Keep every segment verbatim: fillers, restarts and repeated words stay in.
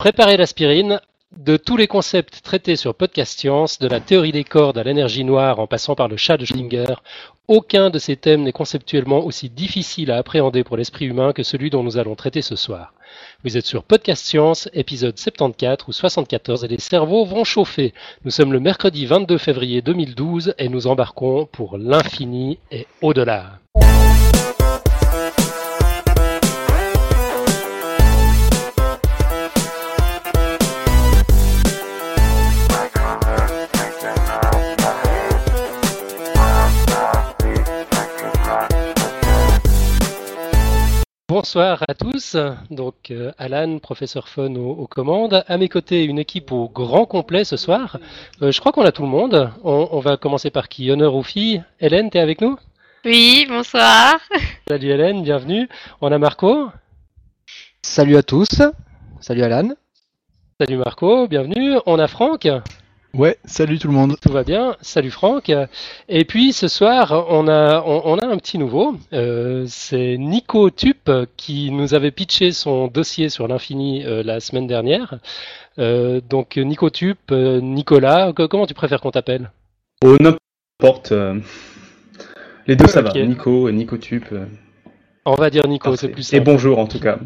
Préparez l'aspirine. De tous les concepts traités sur Podcast Science, de la théorie des cordes à l'énergie noire en passant par le chat de Schrödinger, aucun de ces thèmes n'est conceptuellement aussi difficile à appréhender pour l'esprit humain que celui dont nous allons traiter ce soir. Vous êtes sur Podcast Science, épisode soixante-quatorze ou soixante-quatorze, et les cerveaux vont chauffer. Nous sommes le mercredi vingt-deux février deux mille douze et nous embarquons pour l'infini et au-delà. Bonsoir à tous, donc euh, Alan, professeur Fun aux, aux commandes. À mes côtés, une équipe au grand complet ce soir. Euh, je crois qu'on a tout le monde. On, on va commencer par qui? Honneur aux filles. Hélène, t'es avec nous? Oui, bonsoir. Salut Hélène, bienvenue. On a Marco. Salut à tous. Salut Alan. Salut Marco, bienvenue. On a Franck. Ouais, salut tout le monde. Tout va bien, salut Franck. Et puis ce soir, on a, on, on a un petit nouveau. Euh, c'est Nico Tup qui nous avait pitché son dossier sur l'infini euh, la semaine dernière. Euh, donc Nico Tup, euh, Nicolas, comment tu préfères qu'on t'appelle? Oh, n'importe. Euh, les deux, ça okay. va. Nico, Nico Tup. Euh... On va dire Nico, Parfait. C'est plus simple. Et bonjour en tout cas.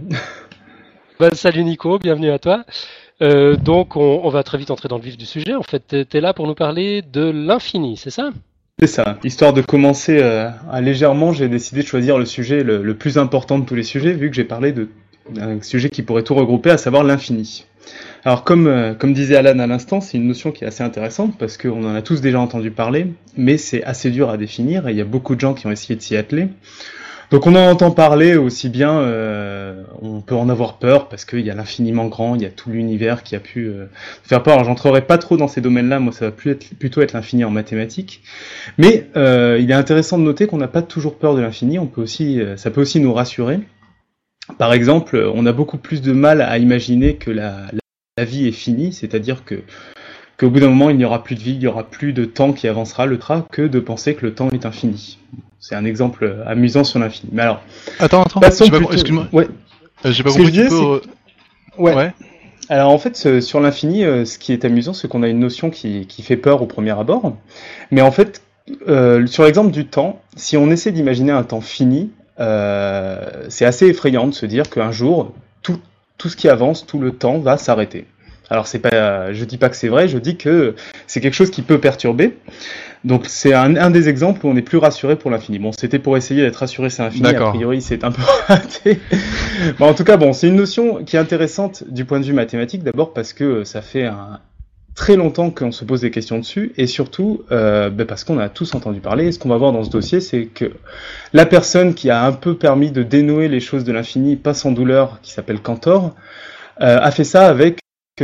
Ben, salut Nico, bienvenue à toi. Euh, donc on, on va très vite entrer dans le vif du sujet. En fait, tu es là pour nous parler de l'infini, c'est ça? C'est ça. Histoire de commencer euh, à légèrement, j'ai décidé de choisir le sujet le, le plus important de tous les sujets, vu que j'ai parlé de, d'un sujet qui pourrait tout regrouper, à savoir l'infini. Alors comme, euh, comme disait Alan à l'instant, c'est une notion qui est assez intéressante, parce qu'on en a tous déjà entendu parler, mais c'est assez dur à définir, et il y a beaucoup de gens qui ont essayé de s'y atteler. Donc on en entend parler aussi bien, euh, on peut en avoir peur parce qu'il y a l'infiniment grand, il y a tout l'univers qui a pu euh, faire peur. Alors j'entrerai pas trop dans ces domaines-là, moi ça va plus être, plutôt être l'infini en mathématiques. Mais euh, il est intéressant de noter qu'on n'a pas toujours peur de l'infini, on peut aussi, euh, ça peut aussi nous rassurer. Par exemple, on a beaucoup plus de mal à imaginer que la, la, la vie est finie, c'est-à-dire que qu'au bout d'un moment il n'y aura plus de vie, il n'y aura plus de temps qui avancera, le tra, que de penser que le temps est infini. C'est un exemple amusant sur l'infini. Mais alors, attends, attends, passons pas, plutôt... excuse-moi. Ouais. Euh, j'ai pas compris. Tu peux... ouais. ouais. Alors en fait, ce, sur l'infini, euh, ce qui est amusant, c'est qu'on a une notion qui, qui fait peur au premier abord. Mais en fait, euh, sur l'exemple du temps, si on essaie d'imaginer un temps fini, euh, c'est assez effrayant de se dire qu'un jour, tout, tout ce qui avance, tout le temps va s'arrêter. Alors c'est pas, je dis pas que c'est vrai, je dis que c'est quelque chose qui peut perturber. Donc c'est un, un des exemples où on est plus rassuré pour l'infini. Bon, c'était pour essayer d'être rassuré, c'est l'infini. D'accord. A priori, c'est un peu raté. Bon, en tout cas, bon, c'est une notion qui est intéressante du point de vue mathématique. D'abord parce que ça fait un très longtemps qu'on se pose des questions dessus, et surtout euh, ben parce qu'on a tous entendu parler. Et ce qu'on va voir dans ce dossier, c'est que la personne qui a un peu permis de dénouer les choses de l'infini, pas sans douleur, qui s'appelle Cantor, euh, a fait ça avec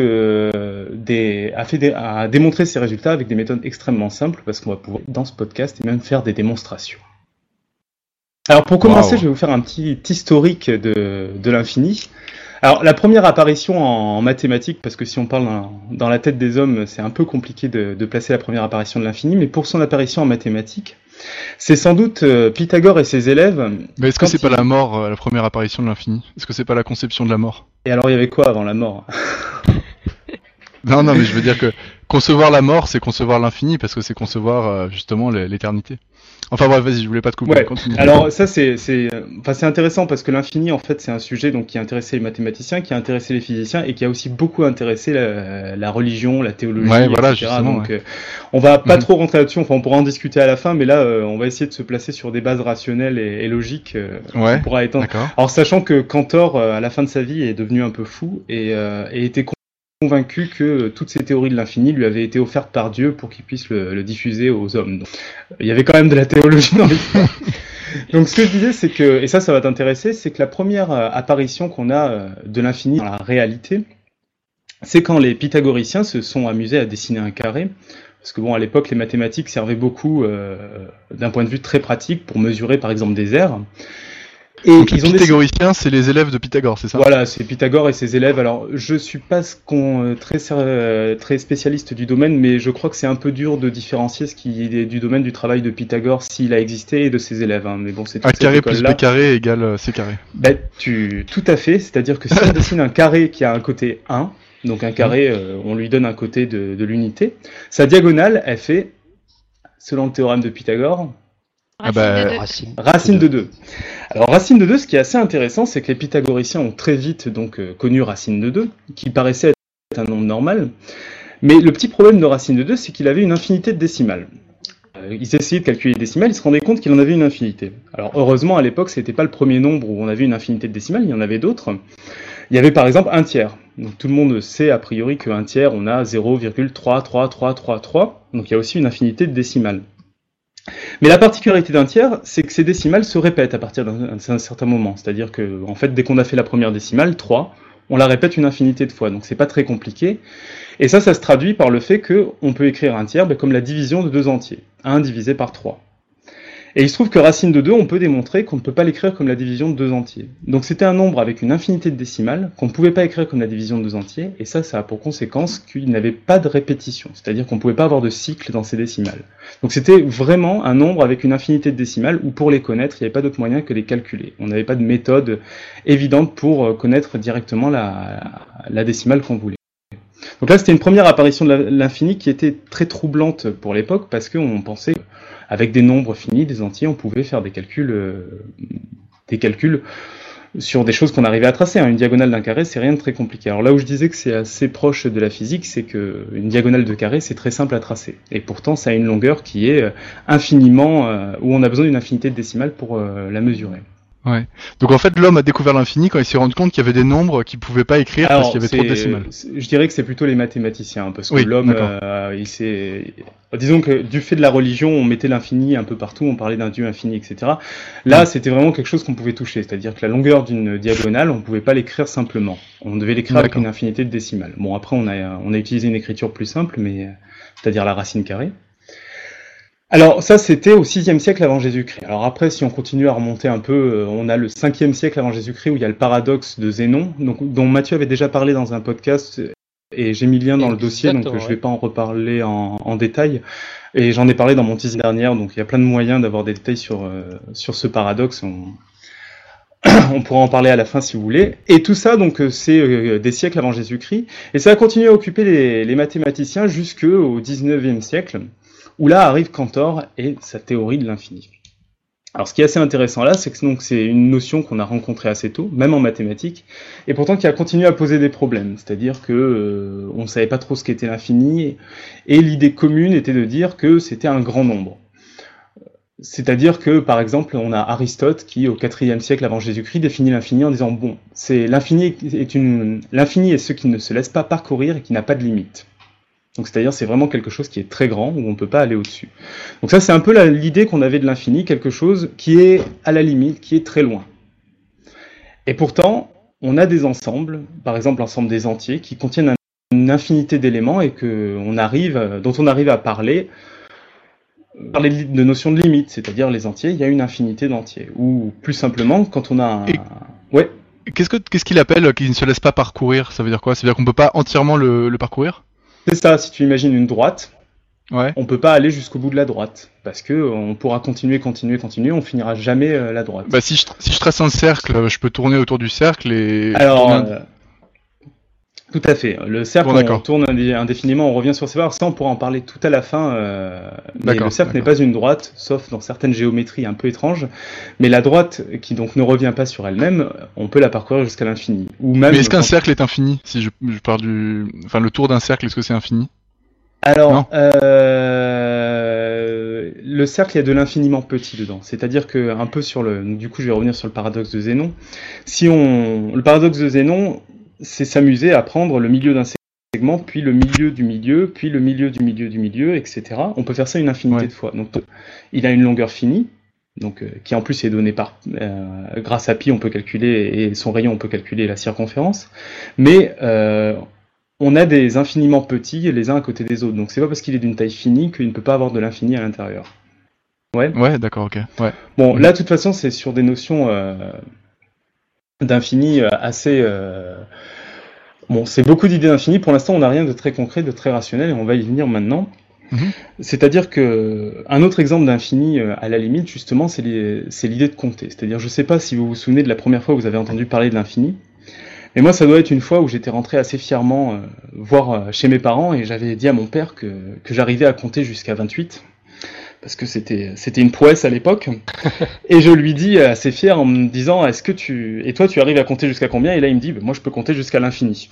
Que des, a, fait des, a démontré ses résultats avec des méthodes extrêmement simples, parce qu'on va pouvoir, dans ce podcast, et même faire des démonstrations. Alors pour commencer, wow. Je vais vous faire un petit historique de, de l'infini. Alors la première apparition en, en mathématiques, parce que si on parle dans, dans la tête des hommes, c'est un peu compliqué de, de placer la première apparition de l'infini, mais pour son apparition en mathématiques, c'est sans doute euh, Pythagore et ses élèves... Mais est-ce que c'est il... pas la mort, euh, la première apparition de l'infini? Est-ce que c'est pas la conception de la mort? Et alors il y avait quoi avant la mort? Non, non, mais je veux dire que concevoir la mort, c'est concevoir l'infini, parce que c'est concevoir euh, justement l'éternité. Enfin bref, vas-y, je voulais pas te couper. Ouais. Continue. Alors ça, c'est, c'est, enfin, c'est intéressant parce que l'infini, en fait, c'est un sujet donc qui a intéressé les mathématiciens, qui a intéressé les physiciens et qui a aussi beaucoup intéressé la, la religion, la théologie, ouais, voilà, et cetera. Justement, donc, ouais. euh, on va pas mm-hmm. trop rentrer là-dessus. Enfin, on pourra en discuter à la fin, mais là, euh, on va essayer de se placer sur des bases rationnelles et, et logiques. Euh, ouais. On pourra étendre. D'accord. Alors, sachant que Cantor, euh, à la fin de sa vie, est devenu un peu fou et, euh, et était convaincu que toutes ces théories de l'infini lui avaient été offertes par Dieu pour qu'il puisse le, le diffuser aux hommes. Donc, il y avait quand même de la théologie dans l'histoire. Donc ce que je disais, c'est que, et ça, ça va t'intéresser, c'est que la première apparition qu'on a de l'infini dans la réalité, c'est quand les pythagoriciens se sont amusés à dessiner un carré. Parce que bon, à l'époque, les mathématiques servaient beaucoup euh, d'un point de vue très pratique pour mesurer, par exemple, des aires. Et donc les pythagoriciens, décidé... c'est les élèves de Pythagore, c'est ça? Voilà, c'est Pythagore et ses élèves. Alors, je suis pas ce qu'on, très, très spécialiste du domaine, mais je crois que c'est un peu dur de différencier ce qui est du domaine du travail de Pythagore, s'il a existé, et de ses élèves. Hein. Mais bon, c'est un carré plus b égale c carré. Ben, tu, tout à fait. C'est-à-dire que si on dessine un carré qui a un côté un, Donc un carré, euh, on lui donne un côté de, de l'unité. Sa diagonale, elle fait, selon le théorème de Pythagore, Ah bah, Racine. racine de deux. Alors racine de deux, ce qui est assez intéressant, c'est que les pythagoriciens ont très vite donc euh, connu racine de deux, qui paraissait être un nombre normal. Mais le petit problème de racine de deux, c'est qu'il avait une infinité de décimales. Euh, ils essayaient de calculer les décimales, ils se rendaient compte qu'il en avait une infinité. Alors heureusement, à l'époque, ce n'était pas le premier nombre où on avait une infinité de décimales, il y en avait d'autres. Il y avait par exemple un tiers. Donc tout le monde sait a priori qu'un tiers, on a zéro virgule trois trois trois trois trois. Donc il y a aussi une infinité de décimales. Mais la particularité d'un tiers, c'est que ces décimales se répètent à partir d'un, d'un certain moment. C'est-à-dire que, en fait, dès qu'on a fait la première décimale, trois, on la répète une infinité de fois. Donc c'est pas très compliqué. Et ça, ça se traduit par le fait qu'on peut écrire un tiers ben, comme la division de deux entiers. un divisé par trois. Et il se trouve que racine de deux, on peut démontrer qu'on ne peut pas l'écrire comme la division de deux entiers. Donc c'était un nombre avec une infinité de décimales qu'on ne pouvait pas écrire comme la division de deux entiers, et ça, ça a pour conséquence qu'il n'avait pas de répétition, c'est-à-dire qu'on ne pouvait pas avoir de cycle dans ces décimales. Donc c'était vraiment un nombre avec une infinité de décimales, où pour les connaître, il n'y avait pas d'autre moyen que de les calculer. On n'avait pas de méthode évidente pour connaître directement la, la décimale qu'on voulait. Donc là, c'était une première apparition de l'infini qui était très troublante pour l'époque, parce qu'on pensait avec des nombres finis, des entiers, on pouvait faire des calculs, euh, des calculs sur des choses qu'on arrivait à tracer. Hein. Une diagonale d'un carré, c'est rien de très compliqué. Alors là où je disais que c'est assez proche de la physique, c'est que une diagonale de carré, c'est très simple à tracer. Et pourtant, ça a une longueur qui est infiniment, euh, où on a besoin d'une infinité de décimales pour euh, la mesurer. Ouais. Donc en fait, l'homme a découvert l'infini quand il s'est rendu compte qu'il y avait des nombres qu'il pouvait pas écrire Alors, parce qu'il y avait trop de décimales. Je dirais que c'est plutôt les mathématiciens, parce que Oui, l'homme, euh, il s'est... Disons que du fait de la religion, on mettait l'infini un peu partout, on parlait d'un dieu infini, et cetera. Là, oui. C'était vraiment quelque chose qu'on pouvait toucher, c'est-à-dire que la longueur d'une diagonale, on pouvait pas l'écrire simplement. On devait l'écrire avec une infinité de décimales. Bon, après, on a, on a utilisé une écriture plus simple, mais c'est-à-dire la racine carrée. Alors ça, c'était au sixième siècle avant Jésus-Christ. Alors après, si on continue à remonter un peu, on a le cinquième siècle avant Jésus-Christ où il y a le paradoxe de Zénon, donc, dont Mathieu avait déjà parlé dans un podcast, et j'ai mis le lien dans le dossier, donc je ne vais pas en reparler en, en détail. Et j'en ai parlé dans mon teaser dernière, donc il y a plein de moyens d'avoir des détails sur, euh, sur ce paradoxe. On... on pourra en parler à la fin si vous voulez. Et tout ça, donc, c'est euh, des siècles avant Jésus-Christ, et ça a continué à occuper les, les mathématiciens jusqu'au dix-neuvième siècle, où là arrive Cantor et sa théorie de l'infini. Alors ce qui est assez intéressant là, c'est que donc, c'est une notion qu'on a rencontrée assez tôt, même en mathématiques, et pourtant qui a continué à poser des problèmes. C'est-à-dire que euh, on ne savait pas trop ce qu'était l'infini, et, et l'idée commune était de dire que c'était un grand nombre. C'est-à-dire que, par exemple, on a Aristote qui, au quatrième siècle avant Jésus-Christ, définit l'infini en disant bon, c'est l'infini est une l'infini est ce qui ne se laisse pas parcourir et qui n'a pas de limite. Donc c'est-à-dire c'est vraiment quelque chose qui est très grand, où on ne peut pas aller au-dessus. Donc ça c'est un peu la, l'idée qu'on avait de l'infini, quelque chose qui est à la limite, qui est très loin. Et pourtant, on a des ensembles, par exemple l'ensemble des entiers, qui contiennent un, une infinité d'éléments et que on arrive, dont on arrive à parler, parler de notion de limite, c'est-à-dire les entiers, il y a une infinité d'entiers. Ou plus simplement, quand on a un... Et... Ouais. Qu'est-ce, que, qu'est-ce qu'il appelle qui ne se laisse pas parcourir? Ça veut dire quoi? Ça veut dire qu'on ne peut pas entièrement le, le parcourir? C'est ça, si tu imagines une droite, ouais. On peut pas aller jusqu'au bout de la droite, parce que on pourra continuer, continuer, continuer, on finira jamais euh, la droite. Bah si je, si je trace un cercle, je peux tourner autour du cercle et... Alors, euh, tout à fait. Le cercle, bon, on tourne indéfiniment, on revient sur ses barres, ça on pourra en parler tout à la fin, euh, mais le cercle n'est pas une droite, sauf dans certaines géométries un peu étranges, mais la droite, qui donc ne revient pas sur elle-même, on peut la parcourir jusqu'à l'infini. Ou même mais est-ce qu'un cercle est infini? Si je, je pars du... Enfin, le tour d'un cercle, est-ce que c'est infini? Alors, euh, le cercle, il y a de l'infiniment petit dedans. C'est-à-dire que, un peu sur le... Du coup, je vais revenir sur le paradoxe de Zénon. Si on... Le paradoxe de Zénon, c'est s'amuser à prendre le milieu d'un segment, puis le milieu du milieu, puis le milieu du milieu du milieu, et cetera. On peut faire ça une infinité ouais. de fois. Donc, il a une longueur finie, donc euh, qui en plus est donnée par... Euh, grâce à pi, on peut calculer, et son rayon, on peut calculer la circonférence. Mais... Euh, on a des infiniment petits les uns à côté des autres. Donc c'est pas parce qu'il est d'une taille finie qu'il ne peut pas avoir de l'infini à l'intérieur. Ouais. Ouais, d'accord, ok. Ouais. Bon, là, de toute façon, c'est sur des notions euh, d'infini assez... Euh... Bon, c'est beaucoup d'idées d'infini. Pour l'instant, on n'a rien de très concret, de très rationnel, et on va y venir maintenant. Mm-hmm. C'est-à-dire que un autre exemple d'infini à la limite, justement, c'est, les... c'est l'idée de compter. C'est-à-dire, je sais pas si vous vous souvenez de la première fois où vous avez entendu parler de l'infini, Et moi, ça doit être une fois où j'étais rentré assez fièrement euh, voir euh, chez mes parents et j'avais dit à mon père que, que j'arrivais à compter jusqu'à vingt-huit, parce que c'était, c'était une prouesse à l'époque. Et je lui dis assez fier en me disant, est-ce que tu... Et toi, tu arrives à compter jusqu'à combien? Et là, il me dit, bah, moi, je peux compter jusqu'à l'infini.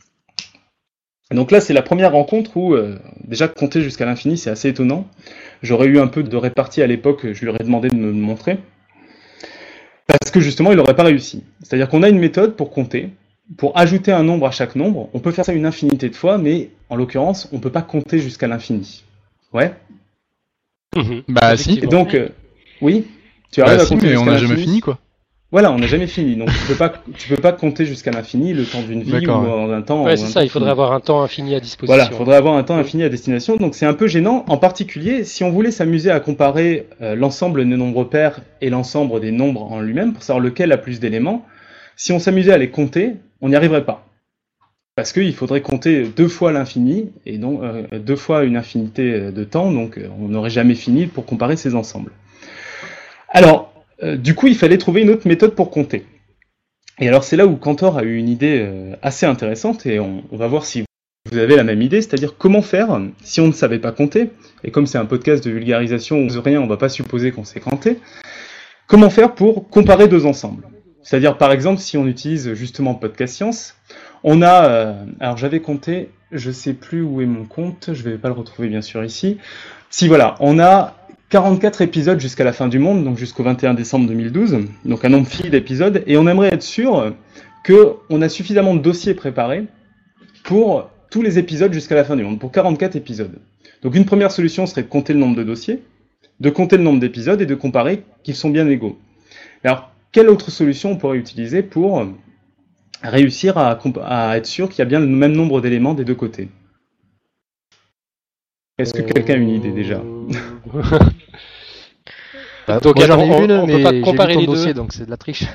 Donc là, c'est la première rencontre où, euh, déjà, compter jusqu'à l'infini, c'est assez étonnant. J'aurais eu un peu de répartie à l'époque, je lui aurais demandé de me le montrer. Parce que justement, il n'aurait pas réussi. C'est-à-dire qu'on a une méthode pour compter. Pour ajouter un nombre à chaque nombre, on peut faire ça une infinité de fois, mais en l'occurrence, on ne peut pas compter jusqu'à l'infini. Ouais. Mhm. Bah si. Et donc, euh, oui, tu Bah arrives à si, compter mais on jusqu'à n'a jamais l'infini. fini quoi. Voilà, on n'a jamais fini. Donc tu peux pas, tu peux pas compter jusqu'à l'infini le temps d'une vie ou D'accord, ouais. en un temps. Ouais, ou c'est un ça, temps il faudrait fini. avoir un temps infini à disposition. Voilà, il faudrait avoir un temps infini à destination. Donc c'est un peu gênant. En particulier, si on voulait s'amuser à comparer euh, l'ensemble des nombres pairs et l'ensemble des nombres en lui-même pour savoir lequel a plus d'éléments, si on s'amusait à les compter, on n'y arriverait pas. Parce qu'il faudrait compter deux fois l'infini, et donc euh, deux fois une infinité de temps, donc euh, on n'aurait jamais fini pour comparer ces ensembles. Alors, euh, du coup, il fallait trouver une autre méthode pour compter. Et alors c'est là où Cantor a eu une idée euh, assez intéressante, et on, on va voir si vous avez la même idée, c'est-à-dire comment faire si on ne savait pas compter, et comme c'est un podcast de vulgarisation où rien, on ne va pas supposer qu'on sait compter, comment faire pour comparer deux ensembles. C'est-à-dire, par exemple, si on utilise justement Podcast Science, on a... Euh, alors, j'avais compté, je sais plus où est mon compte, je vais pas le retrouver bien sûr ici. Si, voilà, on a quarante-quatre épisodes jusqu'à la fin du monde, donc jusqu'au vingt et un décembre deux mille douze, donc un nombre fini d'épisodes, et on aimerait être sûr qu'on a suffisamment de dossiers préparés pour tous les épisodes jusqu'à la fin du monde, pour quarante-quatre épisodes. Donc, une première solution serait de compter le nombre de dossiers, de compter le nombre d'épisodes et de comparer qu'ils sont bien égaux. Alors, quelle autre solution on pourrait utiliser pour réussir à, à être sûr qu'il y a bien le même nombre d'éléments des deux côtés? Est-ce que Euh... quelqu'un a une idée déjà? Bah, Donc, moi, j'en ai attends, on- une, on peut mais pas j'ai comparer lu ton les dossier, deux. donc c'est de la triche.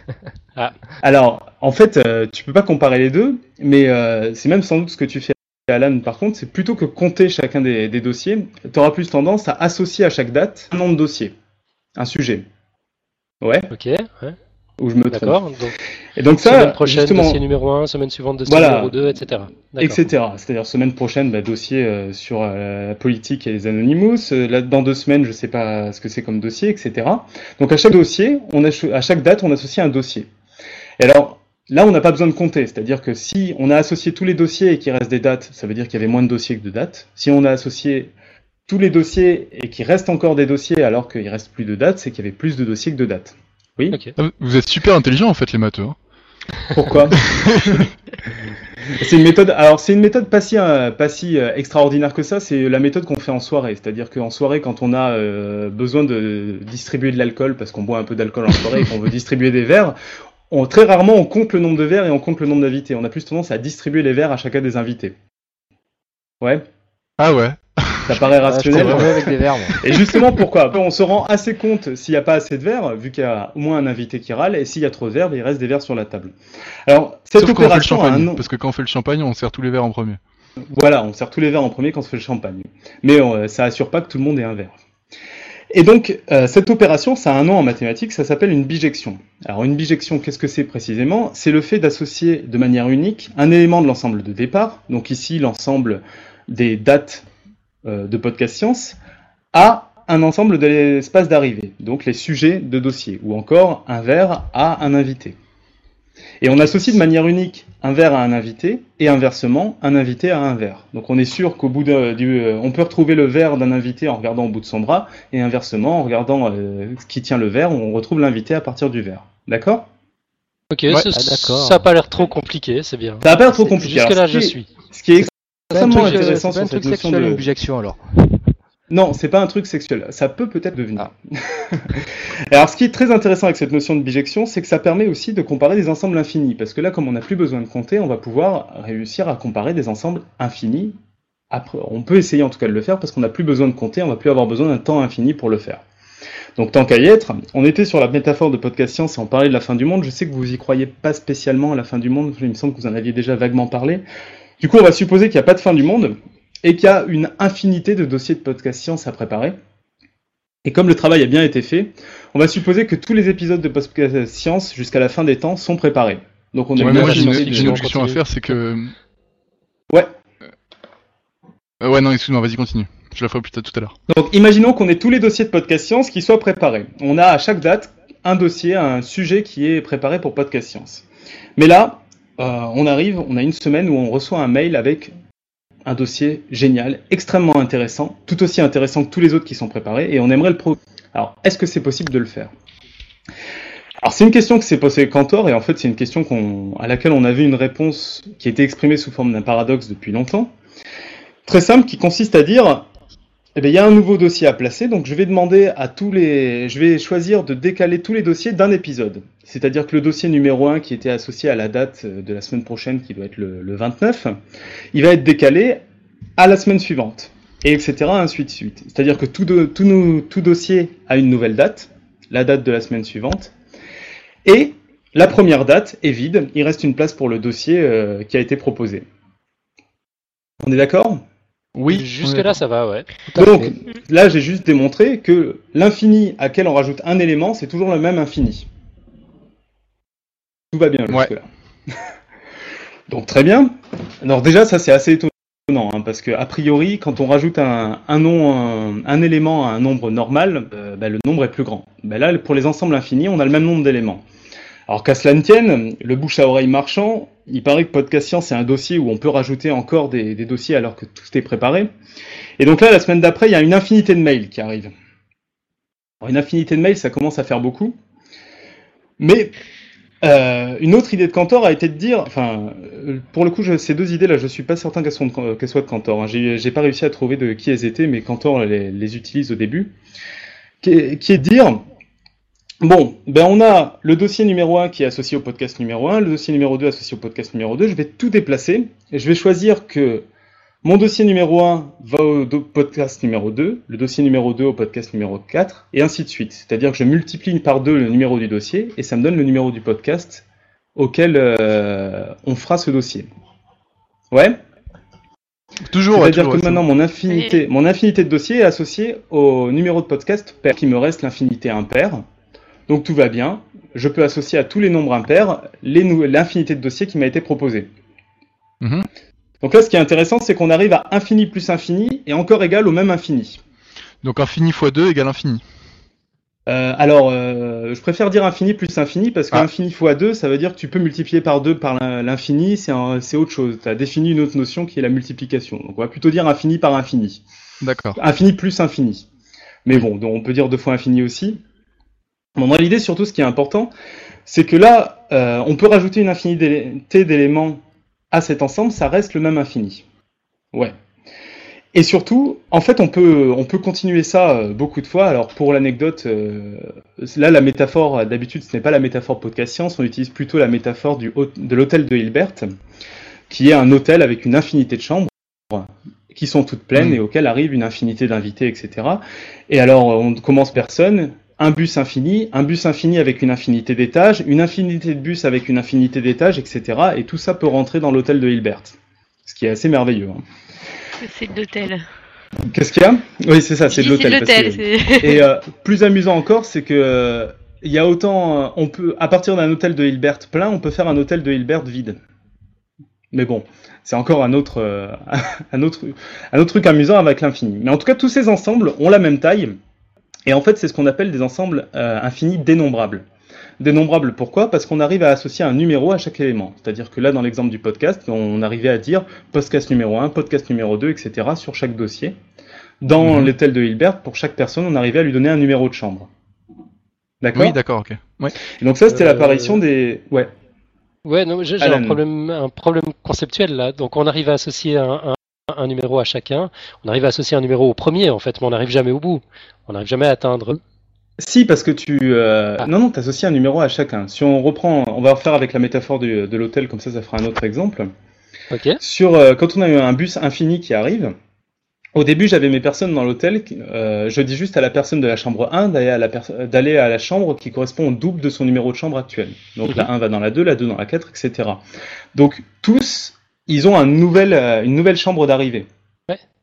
Alors, en fait, euh, tu peux pas comparer les deux, mais euh, c'est même sans doute ce que tu fais, Alan, par contre, c'est plutôt que compter chacun des, des dossiers, tu auras plus tendance à associer à chaque date un nom de dossier, un sujet. Ouais, Ok, ouais, ou je me trompe. d'accord. Donc, Et donc ça, semaine prochaine, justement, dossier numéro un, semaine suivante, dossier Voilà. numéro deux, et cetera. D'accord. et cetera. C'est-à-dire semaine prochaine, bah, dossier euh, sur euh, la politique et les Anonymous. Euh, là, dans deux semaines, je sais pas ce que c'est comme dossier, et cetera. Donc à chaque dossier, on a, à chaque date, on associe un dossier. Et alors, là, on n'a pas besoin de compter. C'est-à-dire que si on a associé tous les dossiers et qu'il reste des dates, ça veut dire qu'il y avait moins de dossiers que de dates. Si on a associé tous les dossiers et qu'il reste encore des dossiers alors qu'il reste plus de dates, c'est qu'il y avait plus de dossiers que de dates. Oui. Ok. Ah, Vous êtes super intelligent en fait les matheux. Hein. Pourquoi? C'est une méthode. Alors c'est une méthode pas si euh, pas si euh, extraordinaire que ça. C'est la méthode qu'on fait en soirée. C'est-à-dire qu'en soirée, quand on a euh, besoin de distribuer de l'alcool parce qu'on boit un peu d'alcool en soirée et qu'on veut distribuer des verres, on, très rarement on compte le nombre de verres et on compte le nombre d'invités. On a plus tendance à distribuer les verres à chacun des invités. Ouais. Ah ouais. Ça paraît Ouais, je rationnel. comprends mieux avec des verbes. Et justement, pourquoi? On se rend assez compte s'il n'y a pas assez de verres, vu qu'il y a au moins un invité qui râle, et s'il y a trop de verres, il reste des verres sur la table. Alors, cette Sauf quand on fait le opération a un champagne, nom. parce que quand on fait le champagne, on sert tous les verres en premier. Voilà, on sert tous les verres en premier quand on fait le champagne. Mais euh, ça assure pas que tout le monde ait un verre. Et donc, euh, cette opération, ça a un nom en mathématiques, ça s'appelle une bijection. Alors, une bijection, qu'est-ce que c'est précisément? C'est le fait d'associer de manière unique un élément de l'ensemble de départ, donc ici l'ensemble des dates euh, de Podcast Science, à un ensemble de l'espace d'arrivée, donc les sujets de dossier, ou encore un verre à un invité. Et on associe de manière unique un verre à un invité, et inversement, un invité à un verre. Donc on est sûr qu'au bout de, du, euh, on peut retrouver le verre d'un invité en regardant au bout de son bras, et inversement, en regardant euh, qui tient le verre, on retrouve l'invité à partir du verre. D'accord? Ok, Ouais. ça- Ah, d'accord. ça n'a pas l'air trop compliqué, c'est bien. Ça n'a pas l'air trop C'est- compliqué. Jusque-là, Alors, ce je qui est- suis. Ce qui est C'est pas un extrêmement truc, euh, intéressant c'est pas un sur cette truc notion sexuel, de... une bijection alors. Non, c'est pas un truc sexuel. Ça peut peut-être devenir. Alors, ce qui est très intéressant avec cette notion de bijection, c'est que ça permet aussi de comparer des ensembles infinis. Parce que là, comme on n'a plus besoin de compter, on va pouvoir réussir à comparer des ensembles infinis. Après, on peut essayer en tout cas de le faire parce qu'on n'a plus besoin de compter, on va plus avoir besoin d'un temps infini pour le faire. Donc, tant qu'à y être, on était sur la métaphore de Podcast Science et on parlait de la fin du monde. Je sais que vous y croyez pas spécialement à la fin du monde. Il me semble que vous en aviez déjà vaguement parlé. Du coup, on va supposer qu'il n'y a pas de fin du monde et qu'il y a une infinité de dossiers de Podcast Science à préparer. Et comme le travail a bien été fait, on va supposer que tous les épisodes de Podcast Science jusqu'à la fin des temps sont préparés. Donc on a Ouais, une mais moi j'ai une, infinité infinité j'ai une de- objection à continue. faire, c'est que. Ouais. Euh, ouais, non, excuse-moi, vas-y, continue. Je la ferai plus tard tout à l'heure. Donc, imaginons qu'on ait tous les dossiers de Podcast Science qui soient préparés. On a à chaque date un dossier, un sujet qui est préparé pour Podcast Science. Mais là, euh, on arrive, on a une semaine où on reçoit un mail avec un dossier génial, extrêmement intéressant, tout aussi intéressant que tous les autres qui sont préparés, et on aimerait le pro. Alors, est-ce que c'est possible de le faire ? Alors, c'est une question que s'est posée Cantor, et en fait, c'est une question qu'on, à laquelle on avait une réponse qui a été exprimée sous forme d'un paradoxe depuis longtemps. Très simple, qui consiste à dire, eh bien, il y a un nouveau dossier à placer, donc je vais demander à tous les, je vais choisir de décaler tous les dossiers d'un épisode. C'est-à-dire que le dossier numéro un qui était associé à la date de la semaine prochaine, qui doit être le, le vingt-neuf, il va être décalé à la semaine suivante, et et cetera, ainsi de suite. C'est-à-dire que tout, de, tout, nous, tout dossier a une nouvelle date, la date de la semaine suivante, et la première date est vide, il reste une place pour le dossier euh, qui a été proposé. On est d'accord ? Oui, Jusque-là, ça va, ouais. Tout à Donc, fait. là, j'ai juste démontré que l'infini à quel on rajoute un élément, c'est toujours le même infini. Tout va bien jusque-là. Donc, très bien. Alors déjà, ça, c'est assez étonnant, hein, parce que a priori, quand on rajoute un, un, nom, un, un élément à un nombre normal, euh, bah, le nombre est plus grand. Bah, là, pour les ensembles infinis, on a le même nombre d'éléments. Alors qu'à cela ne tienne, le bouche à oreille marchand, il paraît que Podcast Science, c'est un dossier où on peut rajouter encore des, des dossiers alors que tout est préparé. Et donc là, la semaine d'après, il y a une infinité de mails qui arrivent. Alors, une infinité de mails, ça commence à faire beaucoup. Mais euh, une autre idée de Cantor a été de dire, enfin, pour le coup, je, ces deux idées-là, je suis pas certain qu'elles, sont de, qu'elles soient de Cantor. Hein. J'ai, j'ai pas réussi à trouver de qui elles étaient, mais Cantor les, les utilise au début. Qui est, qui est de dire, bon, ben on a le dossier numéro un qui est associé au podcast numéro un, le dossier numéro deux associé au podcast numéro deux, je vais tout déplacer, et je vais choisir que mon dossier numéro un va au do- podcast numéro deux, le dossier numéro deux au podcast numéro quatre, et ainsi de suite. C'est-à-dire que je multiplie par deux le numéro du dossier, et ça me donne le numéro du podcast auquel euh, on fera ce dossier. Ouais. toujours. ouais, C'est-à-dire toujours, que ouais, maintenant, mon infinité, mon infinité de dossiers est associée au numéro de podcast pair, qui me reste l'infinité impair. Donc tout va bien. Je peux associer à tous les nombres impairs les nou- l'infinité de dossiers qui m'a été proposée. Mhm. Donc là, ce qui est intéressant, c'est qu'on arrive à infini plus infini et encore égal au même infini. Donc infini fois deux égale infini. Euh, alors, euh, je préfère dire infini plus infini parce que Ah. infini fois deux, ça veut dire que tu peux multiplier par deux par l'in- l'infini, c'est, un- c'est autre chose. Tu as défini une autre notion qui est la multiplication. Donc on va plutôt dire infini par infini. D'accord. Infini plus infini. Mais bon, donc on peut dire deux fois infini aussi. Bon, dans l'idée, surtout, ce qui est important, c'est que là, euh, on peut rajouter une infinité d'éléments à cet ensemble, ça reste le même infini. Ouais. Et surtout, en fait, on peut, on peut continuer ça euh, beaucoup de fois. Alors, pour l'anecdote, euh, là, la métaphore, d'habitude, ce n'est pas la métaphore Podcast Science, on utilise plutôt la métaphore du, hôt- de l'hôtel de Hilbert, qui est un hôtel avec une infinité de chambres, qui sont toutes pleines Mmh. et auxquelles arrive une infinité d'invités, et cetera. Et alors, on commence personne, un bus infini, un bus infini avec une infinité d'étages, une infinité de bus avec une infinité d'étages, et cetera. Et tout ça peut rentrer dans l'hôtel de Hilbert, ce qui est assez merveilleux. Hein. C'est de l'hôtel. Qu'est-ce qu'il y a ? Oui, c'est ça, c'est de Je dis l'hôtel. parce l'hôtel. que- c'est- Et euh, plus amusant encore, c'est que euh, il y a autant, euh, on peut, à partir d'un hôtel de Hilbert plein, on peut faire un hôtel de Hilbert vide. Mais bon, c'est encore un autre, euh, un autre, un autre truc amusant avec l'infini. Mais en tout cas, tous ces ensembles ont la même taille, et en fait, c'est ce qu'on appelle des ensembles euh, infinis dénombrables. Dénombrables, pourquoi ? Parce qu'on arrive à associer un numéro à chaque élément. C'est-à-dire que là, dans l'exemple du podcast, on arrivait à dire podcast numéro un, podcast numéro deux, et cetera sur chaque dossier. Dans Mhm. l'hôtel de Hilbert, pour chaque personne, on arrivait à lui donner un numéro de chambre. D'accord ? Oui, d'accord, ok. Ouais. Et donc ça, c'était Euh, l'apparition des... Ouais. Ouais, non, j'ai j'ai Alan. un problème, un problème conceptuel là. Donc on arrive à associer un, un, un numéro à chacun. On arrive à associer un numéro au premier en fait, mais on n'arrive jamais au bout. On n'arrive jamais à atteindre. Si, parce que tu... euh, Ah. Non, non, tu associes un numéro à chacun. Si on reprend... On va refaire avec la métaphore du- de l'hôtel, comme ça, ça fera un autre exemple. Ok. Sur, euh, quand on a eu un bus infini qui arrive, au début, j'avais mes personnes dans l'hôtel. euh, je dis juste à la personne de la chambre un d'aller à la, pers- d'aller à la chambre qui correspond au double de son numéro de chambre actuel. Donc Mhm. la un va dans la deux, la deux dans la quatre, et cetera. Donc tous, ils ont un nouvel, euh, une nouvelle chambre d'arrivée. Ouais.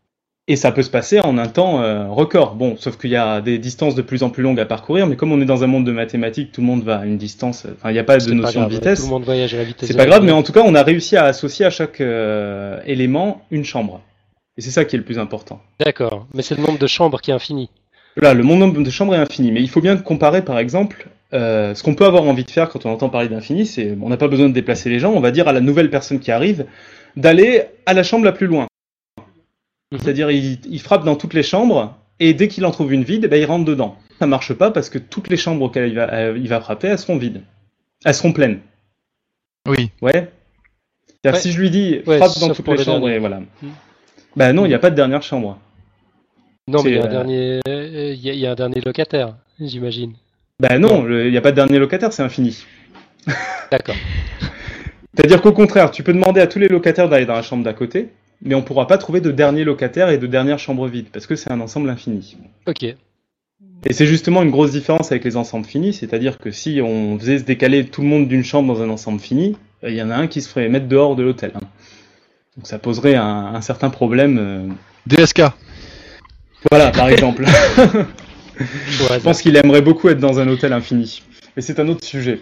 Et ça peut se passer en un temps euh, record. Bon, sauf qu'il y a des distances de plus en plus longues à parcourir, mais comme on est dans un monde de mathématiques, tout le monde va à une distance, enfin il n'y a pas de C'est pas notion grave, de vitesse. Tout le monde voyage à la vitesse C'est de pas la grave, mais lumière. en tout cas, on a réussi à associer à chaque euh, élément une chambre. Et c'est ça qui est le plus important. D'accord, mais c'est le nombre de chambres qui est infini. Là, le nombre de chambres est infini, mais il faut bien comparer, par exemple, euh, ce qu'on peut avoir envie de faire quand on entend parler d'infini, c'est, on n'a pas besoin de déplacer les gens, on va dire à la nouvelle personne qui arrive d'aller à la chambre la plus loin. Mhm. C'est-à-dire, il, il frappe dans toutes les chambres, et dès qu'il en trouve une vide, eh ben, il rentre dedans. Ça marche pas parce que toutes les chambres auxquelles il va, euh, il va frapper, elles seront vides. Elles seront pleines. Oui. Ouais. C'est-à-dire, Ouais. si je lui dis, Ouais, frappe dans sauf toutes pour les le chambres, dernier. et voilà. Mhm. Bah non, il n'y a pas de dernière chambre. Non, mais il y a un C'est, euh, dernier, euh, il y a- il y a un dernier locataire, j'imagine. Bah non, le- il n'y a pas de dernier locataire, c'est infini. D'accord. C'est-à-dire qu'au contraire, tu peux demander à tous les locataires d'aller dans la chambre d'à côté, mais on ne pourra pas trouver de dernier locataire et de dernière chambre vide, parce que c'est un ensemble infini. Ok. Et c'est justement une grosse différence avec les ensembles finis, c'est-à-dire que si on faisait se décaler tout le monde d'une chambre dans un ensemble fini, il y en a un qui se ferait mettre dehors de l'hôtel. hein. Donc ça poserait un, un certain problème. euh, D S K. Voilà, par exemple. Au Je hasard. pense qu'il aimerait beaucoup être dans un hôtel infini. Mais c'est un autre sujet.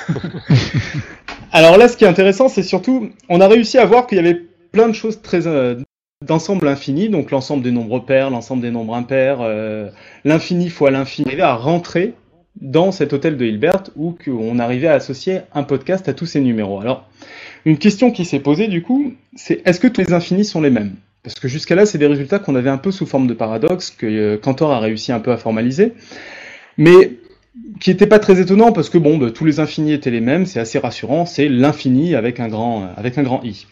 Alors là, ce qui est intéressant, c'est surtout, on a réussi à voir qu'il y avait plein de choses très euh, d'ensemble infini, donc l'ensemble des nombres pairs, l'ensemble des nombres impairs, euh, l'infini fois l'infini, on arrivait à rentrer dans cet hôtel de Hilbert où on arrivait à associer un podcast à tous ces numéros. Alors, une question qui s'est posée du coup, c'est est-ce que tous les infinis sont les mêmes ? Parce que jusqu'à là, c'est des résultats qu'on avait un peu sous forme de paradoxe, que euh, Cantor a réussi un peu à formaliser, mais qui n'était pas très étonnant parce que bon, bah, tous les infinis étaient les mêmes, c'est assez rassurant, c'est l'infini avec un grand, euh, avec un grand i.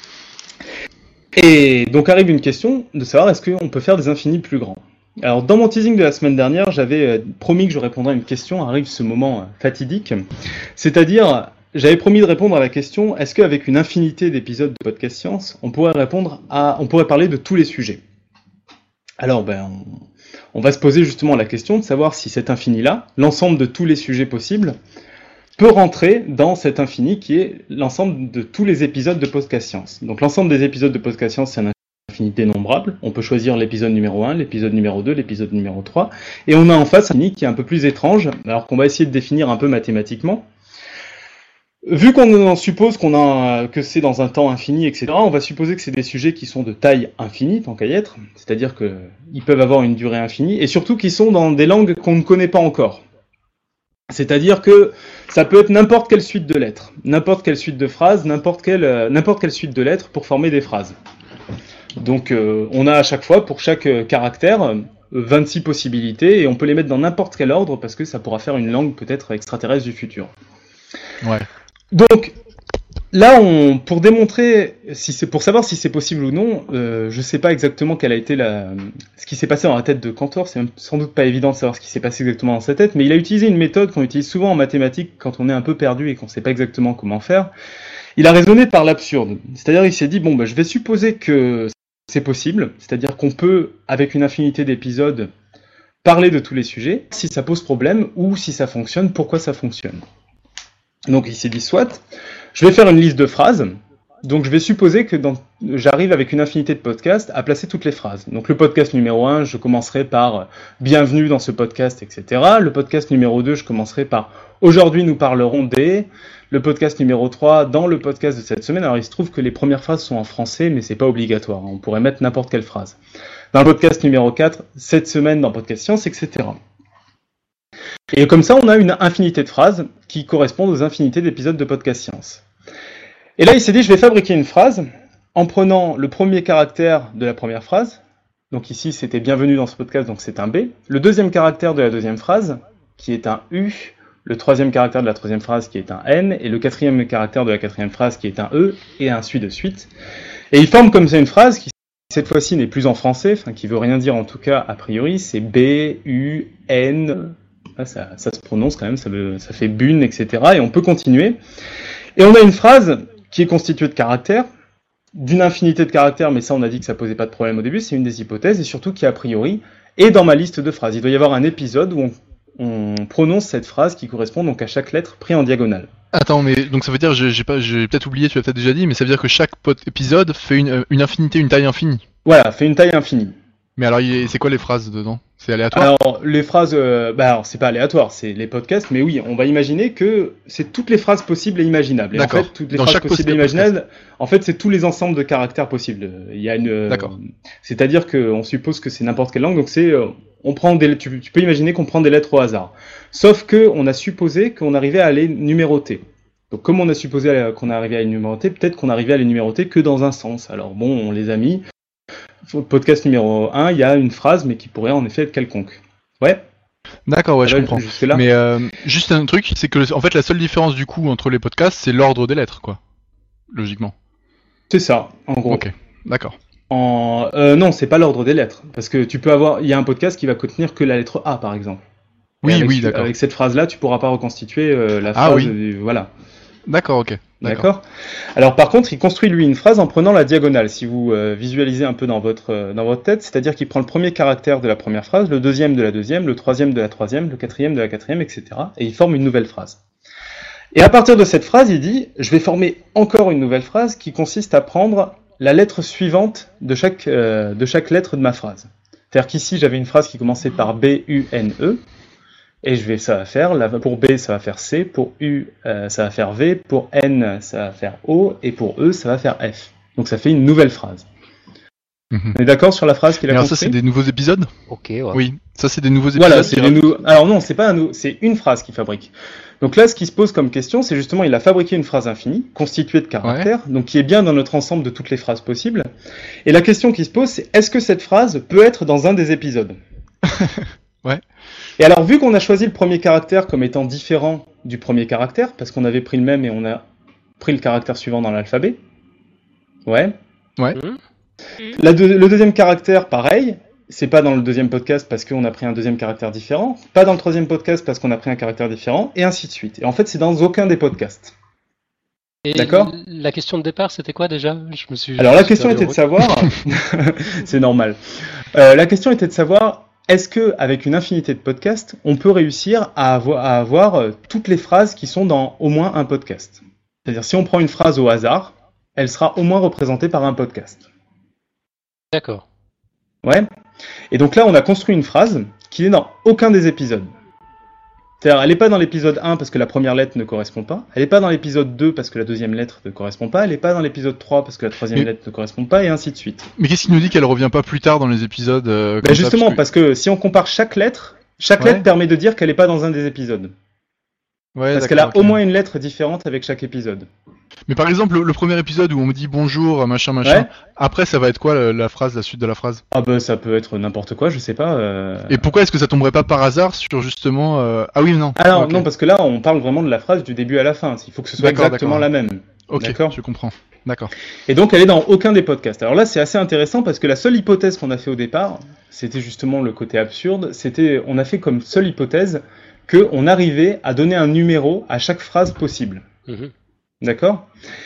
Et donc arrive une question de savoir est-ce qu'on peut faire des infinis plus grands. Alors dans mon teasing de la semaine dernière, j'avais euh, promis que je répondrais à une question, arrive ce moment euh, fatidique, c'est-à-dire j'avais promis de répondre à la question est-ce qu'avec une infinité d'épisodes de Podcast Science, on pourrait répondre à, on pourrait parler de tous les sujets. Alors ben on, on va se poser justement la question de savoir si cet infini-là, l'ensemble de tous les sujets possibles, peut rentrer dans cet infini qui est l'ensemble de tous les épisodes de Podcast Science. Donc l'ensemble des épisodes de Podcast Science, c'est un infini dénombrable. On peut choisir l'épisode numéro un, l'épisode numéro deux, l'épisode numéro trois. Et on a en face un infini qui est un peu plus étrange, alors qu'on va essayer de définir un peu mathématiquement. Vu qu'on en suppose qu'on a, que c'est dans un temps infini, et cetera, on va supposer que c'est des sujets qui sont de taille infinie, tant qu'à y être, c'est-à-dire qu'ils peuvent avoir une durée infinie, et surtout qu'ils sont dans des langues qu'on ne connaît pas encore. C'est-à-dire que ça peut être n'importe quelle suite de lettres, n'importe quelle suite de phrases, n'importe quelle, euh, n'importe quelle suite de lettres pour former des phrases. Donc euh, on a à chaque fois, pour chaque euh, caractère, euh, vingt-six possibilités, et on peut les mettre dans n'importe quel ordre, parce que ça pourra faire une langue peut-être extraterrestre du futur. Ouais. Donc, là, on, pour démontrer, si c'est, pour savoir si c'est possible ou non, euh, je sais pas exactement quelle a été la, ce qui s'est passé dans la tête de Cantor, c'est même sans doute pas évident de savoir ce qui s'est passé exactement dans sa tête, mais il a utilisé une méthode qu'on utilise souvent en mathématiques quand on est un peu perdu et qu'on sait pas exactement comment faire. Il a raisonné par l'absurde. C'est-à-dire, il s'est dit, bon, bah, je vais supposer que c'est possible, c'est-à-dire qu'on peut, avec une infinité d'épisodes, parler de tous les sujets, si ça pose problème, ou si ça fonctionne, pourquoi ça fonctionne. Donc il s'est dit soit, je vais faire une liste de phrases, donc je vais supposer que dans, j'arrive avec une infinité de podcasts à placer toutes les phrases. Donc le podcast numéro un, je commencerai par « Bienvenue dans ce podcast », et cetera. Le podcast numéro deux, je commencerai par « Aujourd'hui nous parlerons des ». Le podcast numéro trois, dans le podcast de cette semaine, alors il se trouve que les premières phrases sont en français, mais c'est pas obligatoire, on pourrait mettre n'importe quelle phrase. Dans le podcast numéro quatre, cette semaine dans Podcast Science, et cetera. Et comme ça, on a une infinité de phrases qui correspondent aux infinités d'épisodes de Podcast Science. Et là, il s'est dit, je vais fabriquer une phrase en prenant le premier caractère de la première phrase. Donc ici, c'était bienvenue dans ce podcast, donc c'est un B. Le deuxième caractère de la deuxième phrase, qui est un U. Le troisième caractère de la troisième phrase, qui est un N. Et le quatrième caractère de la quatrième phrase, qui est un E. Et ainsi de suite. Et il forme comme ça une phrase qui, cette fois-ci, n'est plus en français, enfin, qui veut rien dire en tout cas a priori. C'est B, U, N... Ah, ça, ça se prononce quand même, ça, veut, ça fait bune, et cetera. Et on peut continuer. Et on a une phrase qui est constituée de caractères, d'une infinité de caractères, mais ça on a dit que ça posait pas de problème au début, c'est une des hypothèses, et surtout qui a priori est dans ma liste de phrases. Il doit y avoir un épisode où on, on prononce cette phrase qui correspond donc à chaque lettre pris en diagonale. Attends, mais donc ça veut dire, j'ai, j'ai, pas, j'ai peut-être oublié, tu l'as peut-être déjà dit, mais ça veut dire que chaque pot- épisode fait une, une infinité, une taille infinie. Voilà, fait une taille infinie. Mais alors, il est- c'est quoi les phrases dedans? C'est aléatoire? Alors, les phrases, euh, bah alors, c'est pas aléatoire, c'est les podcasts, mais oui, on va imaginer que c'est toutes les phrases possibles et imaginables. Et en D'accord. fait, toutes les Dans phrases chaque possibles et podcast. imaginables, en fait, c'est tous les ensembles de caractères possibles. Il y a une, euh, D'accord. c'est-à-dire qu'on suppose que c'est n'importe quelle langue, donc c'est, euh, on prend des, tu, tu peux imaginer qu'on prend des lettres au hasard. Sauf que on a supposé qu'on arrivait à les numéroter. Donc, comme on a supposé euh, qu'on arrivait à les numéroter, peut-être qu'on arrivait à les numéroter que dans un sens. Alors bon, on les a mis. Podcast numéro un, il y a une phrase, mais qui pourrait en effet être quelconque. Ouais. D'accord, ouais, je Ça va comprends. jusque-là. Mais euh, juste un truc, c'est que en fait la seule différence du coup entre les podcasts, c'est l'ordre des lettres, quoi. Logiquement. C'est ça, en gros. Ok, d'accord. En, euh, non, c'est pas l'ordre des lettres, parce que tu peux avoir, il y a un podcast qui va contenir que la lettre A, par exemple. Et Oui, avec oui, ce- d'accord. Avec cette phrase-là, tu pourras pas reconstituer euh, la Ah phrase. oui. du- voilà. D'accord, ok. D'accord. D'accord. Alors par contre, il construit lui une phrase en prenant la diagonale. Si vous euh, visualisez un peu dans votre euh, dans votre tête, c'est-à-dire qu'il prend le premier caractère de la première phrase, le deuxième de la deuxième, le troisième de la troisième, le quatrième de la quatrième, et cetera. Et il forme une nouvelle phrase. Et à partir de cette phrase, il dit, je vais former encore une nouvelle phrase qui consiste à prendre la lettre suivante de chaque euh, de chaque lettre de ma phrase. C'est-à-dire qu'ici, j'avais une phrase qui commençait par B U N E. Et je vais, ça va faire, là, pour B, ça va faire C, pour U, euh, ça va faire V, pour N, ça va faire O, et pour E, ça va faire F. Donc ça fait une nouvelle phrase. Mhm. On est d'accord sur la phrase qu'il a Alors ça, construite? c'est des nouveaux épisodes? Ok, ouais. Oui, ça c'est des nouveaux épisodes. Voilà, qui c'est des racontent- nou- Alors non, c'est pas un nou- c'est une phrase qu'il fabrique. Donc là, ce qui se pose comme question, c'est justement, il a fabriqué une phrase infinie, constituée de caractères, donc qui est bien dans notre ensemble de toutes les phrases possibles. Et la question qui se pose, c'est est-ce que cette phrase peut être dans un des épisodes? Ouais. Et alors, vu qu'on a choisi le premier caractère comme étant différent du premier caractère, parce qu'on avait pris le même et on a pris le caractère suivant dans l'alphabet, ouais. Ouais. Mhm. La deux- le deuxième caractère, pareil, c'est pas dans le deuxième podcast parce qu'on a pris un deuxième caractère différent, pas dans le troisième podcast parce qu'on a pris un caractère différent, et ainsi de suite. Et en fait, c'est dans aucun des podcasts. Et D'accord. La question de départ, c'était quoi déjà? Je me suis. Alors je la me suis question perdu était de en route. savoir, c'est normal. Euh, la question était de savoir, est-ce que avec une infinité de podcasts, on peut réussir à avoir, à avoir euh, toutes les phrases qui sont dans au moins un podcast? C'est-à-dire, si on prend une phrase au hasard, elle sera au moins représentée par un podcast. D'accord. Ouais. Et donc là, on a construit une phrase qui n'est dans aucun des épisodes. C'est-à-dire, elle n'est pas dans l'épisode un parce que la première lettre ne correspond pas, elle n'est pas dans l'épisode deux parce que la deuxième lettre ne correspond pas, elle n'est pas dans l'épisode trois parce que la troisième Mais- lettre ne correspond pas, et ainsi de suite. Mais qu'est-ce qui nous dit qu'elle revient pas plus tard dans les épisodes euh, Ben comme ça, justement, parce parce que si on compare chaque lettre, chaque Ouais. lettre permet de dire qu'elle n'est pas dans un des épisodes. que- Ouais, Parce qu'elle a d'accord, au ok. moins une lettre différente avec chaque épisode. Mais par exemple, le, le premier épisode où on me dit bonjour, machin, machin, Ouais. après ça va être quoi la, la phrase, la suite de la phrase? Ah ben ça peut être n'importe quoi, je sais pas. euh. Et pourquoi est-ce que ça tomberait pas par hasard sur justement... euh, Ah oui, non. Alors Ok. non, parce que là on parle vraiment de la phrase du début à la fin. Il faut que ce soit D'accord, exactement d'accord. la même. Ok, D'accord. je comprends. D'accord. Et donc elle est dans aucun des podcasts. Alors là c'est assez intéressant parce que la seule hypothèse qu'on a fait au départ, c'était justement le côté absurde. C'était, on a fait comme seule hypothèse que on arrivait à donner un numéro à chaque phrase possible. Mhm. D'accord.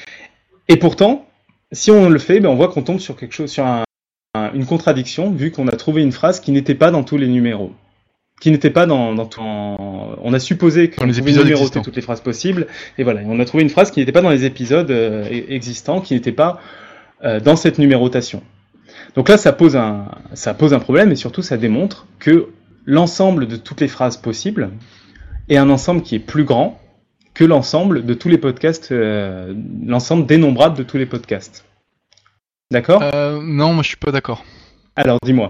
Et pourtant, si on le fait, ben on voit qu'on tombe sur quelque chose, sur un, un- une contradiction, vu qu'on a trouvé une phrase qui n'était pas dans tous les numéros, qui n'était pas dans, dans tout. en- On a supposé Dans qu'on les pouvait épisodes numéroter existants. toutes les phrases possibles, et voilà, et on a trouvé une phrase qui n'était pas dans les épisodes euh, e- existants, qui n'était pas euh, dans cette numérotation. Donc là, ça pose un, ça pose un problème, et surtout, ça démontre que l'ensemble de toutes les phrases possibles est un ensemble qui est plus grand que l'ensemble de tous les podcasts, euh, l'ensemble dénombrable de tous les podcasts. D'accord. Euh, non, moi je suis pas d'accord. Alors dis-moi.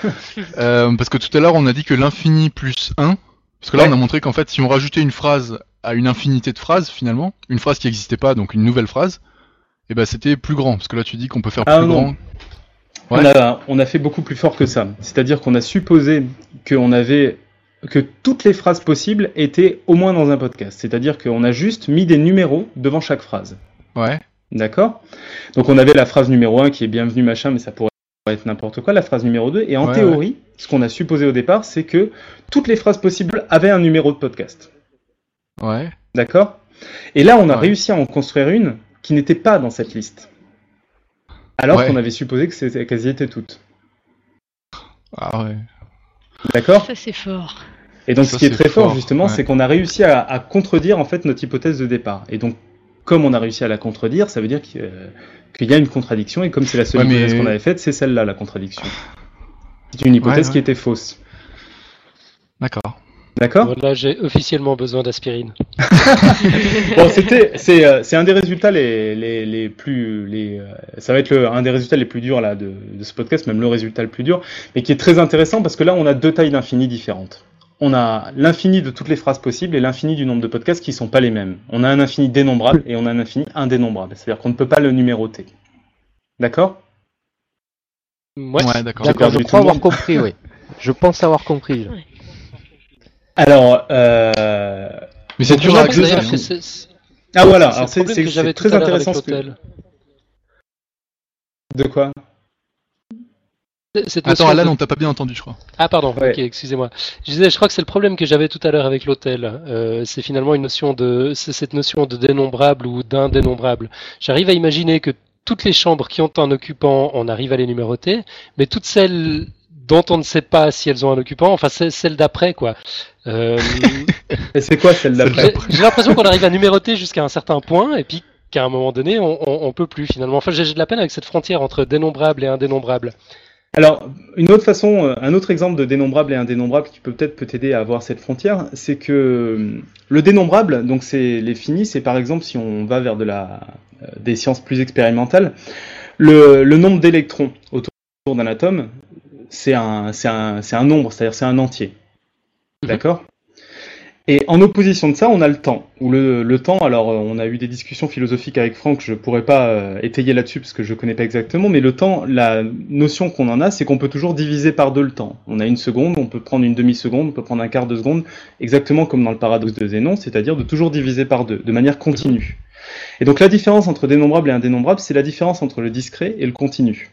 Euh, parce que tout à l'heure on a dit que l'infini plus un, parce que là Ouais. on a montré qu'en fait si on rajoutait une phrase à une infinité de phrases finalement, une phrase qui n'existait pas, donc une nouvelle phrase, et ben c'était plus grand, parce que là tu dis qu'on peut faire Ah, plus non. grand. Ouais. On, a, on a fait beaucoup plus fort que ça. C'est-à-dire qu'on a supposé qu'on avait que toutes les phrases possibles étaient au moins dans un podcast. C'est-à-dire qu'on a juste mis des numéros devant chaque phrase. Ouais. D'accord. Donc on avait la phrase numéro un qui est bienvenue machin, mais ça pourrait être n'importe quoi, la phrase numéro deux. Et en Ouais, théorie, ce qu'on a supposé au départ, c'est que toutes les phrases possibles avaient un numéro de podcast. Ouais. D'accord. Et là, on a Ouais. réussi à en construire une qui n'était pas dans cette liste. Alors Ouais. qu'on avait supposé que c'était, qu'elles y étaient toutes. Ah ouais. D'accord. Ça, c'est fort. Et donc, Ça, ce qui est c'est très fort, fort, justement, ouais. c'est qu'on a réussi à, à contredire, en fait, notre hypothèse de départ. Et donc, comme on a réussi à la contredire, ça veut dire qu'il, euh, qu'il y a une contradiction, et comme c'est la seule Ouais, mais- hypothèse qu'on avait faite, c'est celle-là, la contradiction. C'est une hypothèse Ouais, qui ouais. était fausse. D'accord. D'accord ? Voilà, j'ai officiellement besoin d'aspirine. Bon, c'était, c'est, euh, c'est un des résultats les, les, les plus, les, euh, ça va être le, un des résultats les plus durs là de, de ce podcast, même le résultat le plus dur, mais qui est très intéressant parce que là, on a deux tailles d'infini différentes. On a l'infini de toutes les phrases possibles et l'infini du nombre de podcasts qui sont pas les mêmes. On a un infini dénombrable et on a un infini indénombrable. C'est-à-dire qu'on ne peut pas le numéroter. D'accord ? Ouais. Ouais, d'accord. J'ai D'accord, je perdu crois tout le avoir monde. compris, oui. Je pense avoir compris. Alors, euh... Mais c'est Donc, dur on à a D'ailleurs, accéder. accepter. c'est- hein. c'est- c'est- ah voilà. c'est Alors le c'est, problème c'est, que c'est j'avais tout très à l'heure avec intéressant ce que. l'hôtel. De quoi ? Cette Attends, notion Alan, de- on t'a pas bien entendu, je crois. Ah pardon, Ouais. ok, excusez-moi. Je disais, je crois que c'est le problème que j'avais tout à l'heure avec l'hôtel. Euh, c'est finalement une notion de, c'est cette notion de dénombrable ou d'indénombrable. J'arrive à imaginer que toutes les chambres qui ont un occupant, on arrive à les numéroter, mais toutes celles dont on ne sait pas si elles ont un occupant, enfin c'est celles d'après quoi. Euh, Et c'est quoi celle d'après ? j'ai j'ai l'impression qu'on arrive à numéroter jusqu'à un certain point et puis qu'à un moment donné, on, on, on peut plus finalement. Enfin, j'ai j'ai de la peine avec cette frontière entre dénombrable et indénombrable. Alors, une autre façon, euh, un autre exemple de dénombrable et indénombrable qui peut peut-être peut t'aider à avoir cette frontière, c'est que euh, le dénombrable, donc c'est les finis, c'est par exemple si on va vers de la, euh, des sciences plus expérimentales, le, le nombre d'électrons autour d'un atome, c'est un, c'est un, c'est un nombre, c'est-à-dire c'est un entier. Mhm. D'accord ? Et en opposition de ça, on a le temps. Ou le, le temps, alors euh, on a eu des discussions philosophiques avec Franck, je pourrais pas euh, étayer là-dessus parce que je connais pas exactement, mais le temps, la notion qu'on en a, c'est qu'on peut toujours diviser par deux le temps. On a une seconde, on peut prendre une demi-seconde, on peut prendre un quart de seconde, exactement comme dans le paradoxe de Zénon, c'est-à-dire de toujours diviser par deux, de manière continue. Et donc la différence entre dénombrable et indénombrable, c'est la différence entre le discret et le continu.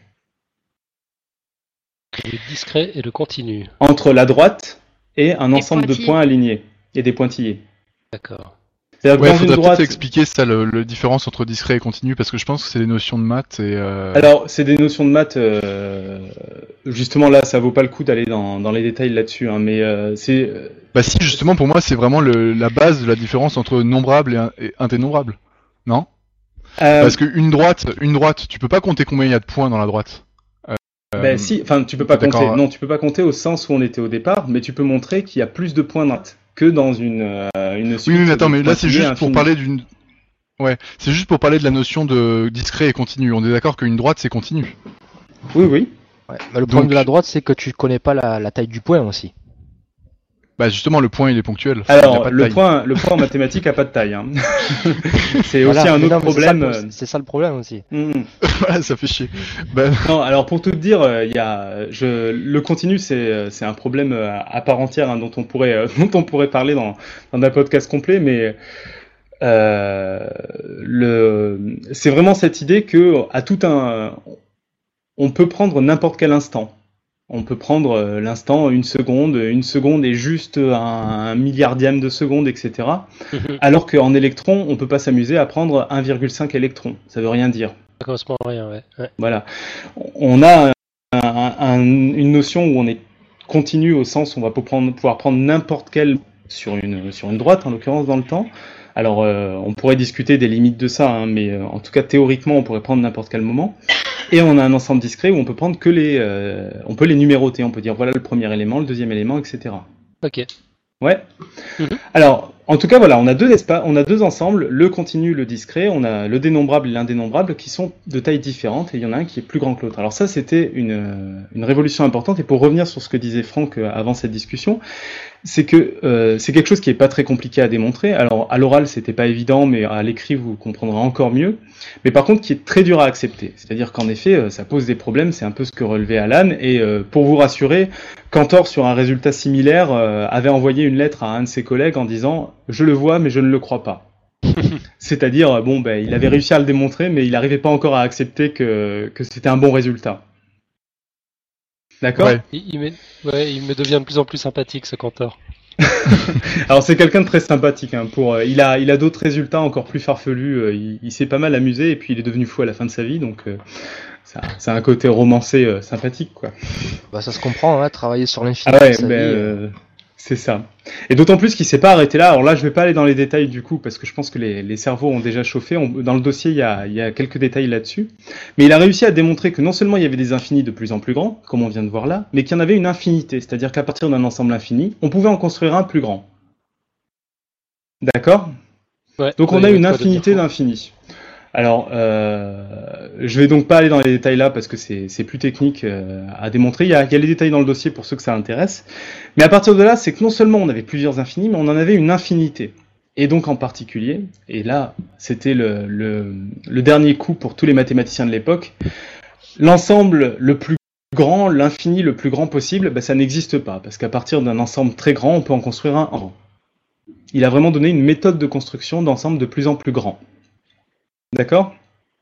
Le discret et le continu. Entre la droite et un Et ensemble de pointillés. points alignés et des pointillés. D'accord. C'est-à-dire que Ouais, dans une faudrait droite, peut-être expliquer ça, le, le différence entre discret et continu, parce que je pense que c'est des notions de maths et. Euh... alors, c'est des notions de maths. Euh, justement, là, ça vaut pas le coup d'aller dans, dans les détails là-dessus, hein, mais euh, c'est. Bah si, justement, pour moi, c'est vraiment le, la base de la différence entre nombrable et, un- et indénombrable. Non Euh, Parce qu'une droite, une droite, tu peux pas compter combien il y a de points dans la droite. Euh, ben si, enfin, tu peux pas d'accord. compter. Non, tu peux pas compter au sens où on était au départ, mais tu peux montrer qu'il y a plus de points droite que dans une euh, une suite. Oui, mais attends, de mais là c'est pointillés juste pour infinis. parler d'une. Ouais, c'est juste pour parler de la notion de discret et continu. On est d'accord qu'une droite c'est continu. Oui, oui. Ouais. Mais le problème Donc- de la droite, c'est que tu connais pas la, la taille du point aussi. Bah justement, le point il est ponctuel. Enfin, il y a Alors, pas de le taille. point, le point en mathématiques a pas de taille. Hein. c'est Voilà. aussi un Mais autre non, mais c'est ça le- problème. C'est ça le problème aussi. euh, hmm. Voilà, ça fait chier. Bah, Non, alors pour tout te dire, euh, il y a, je, le continu, c'est, euh, c'est un problème euh, à part entière hein, dont on pourrait, euh, dont on pourrait parler dans, dans un podcast complet, mais euh, le, c'est vraiment cette idée que à tout un, on peut prendre n'importe quel instant. On peut prendre euh, l'instant, une seconde, une seconde est juste un, un milliardième de seconde, et cetera. Alors qu'en électrons, on peut pas s'amuser à prendre un virgule cinq électrons. Ça veut rien dire. Ça correspond à rien, ouais. ouais. Voilà. On a un- un- un- une notion où on est continu au sens où on va pouvoir prendre, pouvoir prendre n'importe quel sur une, sur une droite, en l'occurrence dans le temps. Alors, euh, on pourrait discuter des limites de ça, hein, mais euh, en tout cas, théoriquement, on pourrait prendre n'importe quel moment. Et on a un ensemble discret où on peut prendre que les, euh, on peut les numéroter. On peut dire voilà le premier élément, le deuxième élément, et cetera. Ok. Ouais. Mhm. Alors, en tout cas, voilà, on a deux espaces, on a deux ensembles, le continu, le discret, on a le dénombrable et l'indénombrable qui sont de tailles différentes et il y en a un qui est plus grand que l'autre. Alors ça, c'était une, une révolution importante et pour revenir sur ce que disait Franck euh, avant cette discussion, c'est que euh, c'est quelque chose qui est pas très compliqué à démontrer. Alors, à l'oral, c'était pas évident, mais à l'écrit, vous comprendrez encore mieux. Mais par contre, qui est très dur à accepter. C'est-à-dire qu'en effet, euh, ça pose des problèmes, c'est un peu ce que relevait Alan et euh, pour vous rassurer, Cantor, sur un résultat similaire, euh, avait envoyé une lettre à un de ses collègues en disant « Je le vois, mais je ne le crois pas ». C'est-à-dire, bon, ben, il avait réussi à le démontrer, mais il n'arrivait pas encore à accepter que, que c'était un bon résultat. D'accord ? Ouais. Il, il, me, ouais, il me devient de plus en plus sympathique ce Cantor. Alors c'est quelqu'un de très sympathique. Hein, pour, euh, il a, il a d'autres résultats encore plus farfelus. Euh, il, il s'est pas mal amusé et puis il est devenu fou à la fin de sa vie, donc euh, ça, ça a un côté romancé euh, sympathique, quoi. Bah, ça se comprend, hein, travailler sur l'infini. Ah ouais, de sa ben, vie, euh, C'est ça. Et d'autant plus qu'il s'est pas arrêté là. Alors là, je vais pas aller dans les détails du coup, parce que je pense que les, les cerveaux ont déjà chauffé. On- dans le dossier, il y, a, il y a quelques détails là-dessus. Mais il a réussi à démontrer que non seulement il y avait des infinis de plus en plus grands, comme on vient de voir là, mais qu'il y en avait une infinité. C'est-à-dire qu'à partir d'un ensemble infini, on pouvait en construire un plus grand. D'accord? Ouais, Donc on ouais, a il y une avait de quoi de infinité dire. d'infinis. Alors, euh, je vais donc pas aller dans les détails là parce que c'est c'est plus technique euh, à démontrer. Il y, a, il y a les détails dans le dossier pour ceux que ça intéresse. Mais à partir de là, c'est que non seulement on avait plusieurs infinis, mais on en avait une infinité. Et donc en particulier, et là c'était le, le, le dernier coup pour tous les mathématiciens de l'époque, l'ensemble le plus grand, l'infini le plus grand possible, ben, ça n'existe pas. Parce qu'à partir d'un ensemble très grand, on peut en construire un en grand. Il a vraiment donné une méthode de construction d'ensemble de plus en plus grand. D'accord?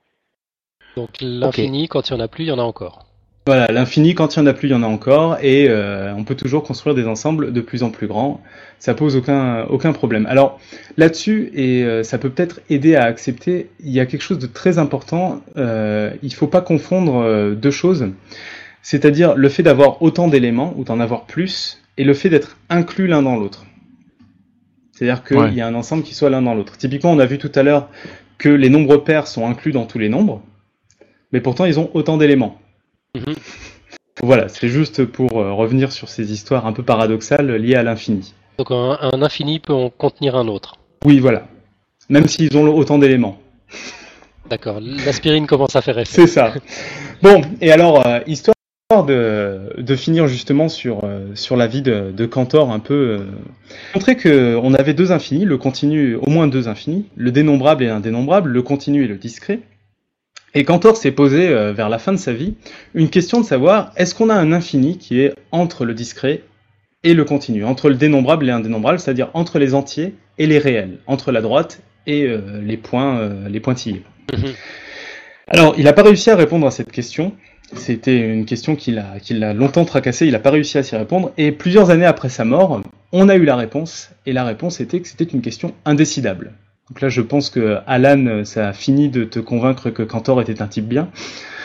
Donc l'infini, quand il n'y en a plus, il y en a encore. Voilà, l'infini, quand il n'y en a plus, il y en a encore, et euh, on peut toujours construire des ensembles de plus en plus grands. Ça pose aucun, aucun problème. Alors là-dessus, et euh, ça peut peut-être aider à accepter, il y a quelque chose de très important. Euh, il ne faut pas confondre euh, deux choses, c'est-à-dire le fait d'avoir autant d'éléments, ou d'en avoir plus, et le fait d'être inclus l'un dans l'autre. C'est-à-dire qu'il Ouais. y a un ensemble qui soit l'un dans l'autre. Typiquement, on a vu tout à l'heure que les nombres pairs sont inclus dans tous les nombres, mais pourtant ils ont autant d'éléments. Mhm. Voilà, c'est juste pour euh, revenir sur ces histoires un peu paradoxales liées à l'infini. Donc un, un infini peut en contenir un autre. Oui, voilà. Même s'ils ont autant d'éléments. D'accord. L'aspirine commence à faire effet. C'est ça. Bon, et alors, euh, histoire de, de finir justement sur, euh, sur la vie de, de Cantor, un peu, euh, montrer qu'on avait deux infinis, le continu, au moins deux infinis, le dénombrable et l'indénombrable, le continu et le discret. Et Cantor s'est posé, euh, vers la fin de sa vie, une question de savoir, est-ce qu'on a un infini qui est entre le discret et le continu, entre le dénombrable et l'indénombrable, c'est-à-dire entre les entiers et les réels, entre la droite et euh, les points, euh, les pointillés. Mhm. Alors, il n'a pas réussi à répondre à cette question. C'était une question qui l'a, qui l'a longtemps tracassé. Il n'a pas réussi à s'y répondre. Et plusieurs années après sa mort, on a eu la réponse. Et la réponse était que c'était une question indécidable. Donc là, je pense que Alan, ça a fini de te convaincre que Cantor était un type bien.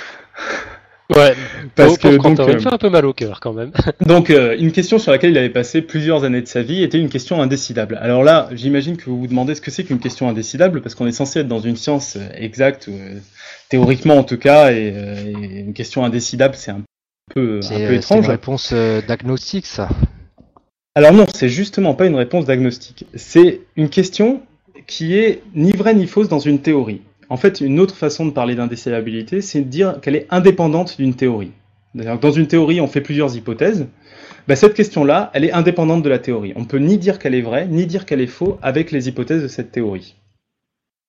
Ouais, Parce pauvre que Cantor, donc, il me fait un peu mal au cœur quand même. Donc, euh, une question sur laquelle il avait passé plusieurs années de sa vie était une question indécidable. Alors là, j'imagine que vous vous demandez ce que c'est qu'une question indécidable, parce qu'on est censé être dans une science euh, exacte, ou, euh, théoriquement en tout cas, et, euh, et une question indécidable, c'est un peu, C'est un peu euh, c'est une étrange. réponse euh, d'agnostic, ça. Alors non, c'est justement pas une réponse d'agnostic. C'est une question qui est ni vraie ni fausse dans une théorie. En fait, une autre façon de parler d'indécidabilité, c'est de dire qu'elle est indépendante d'une théorie. D'ailleurs, dans une théorie, on fait plusieurs hypothèses. Ben, cette question-là, elle est indépendante de la théorie. On ne peut ni dire qu'elle est vraie, ni dire qu'elle est fausse avec les hypothèses de cette théorie. D'accord ?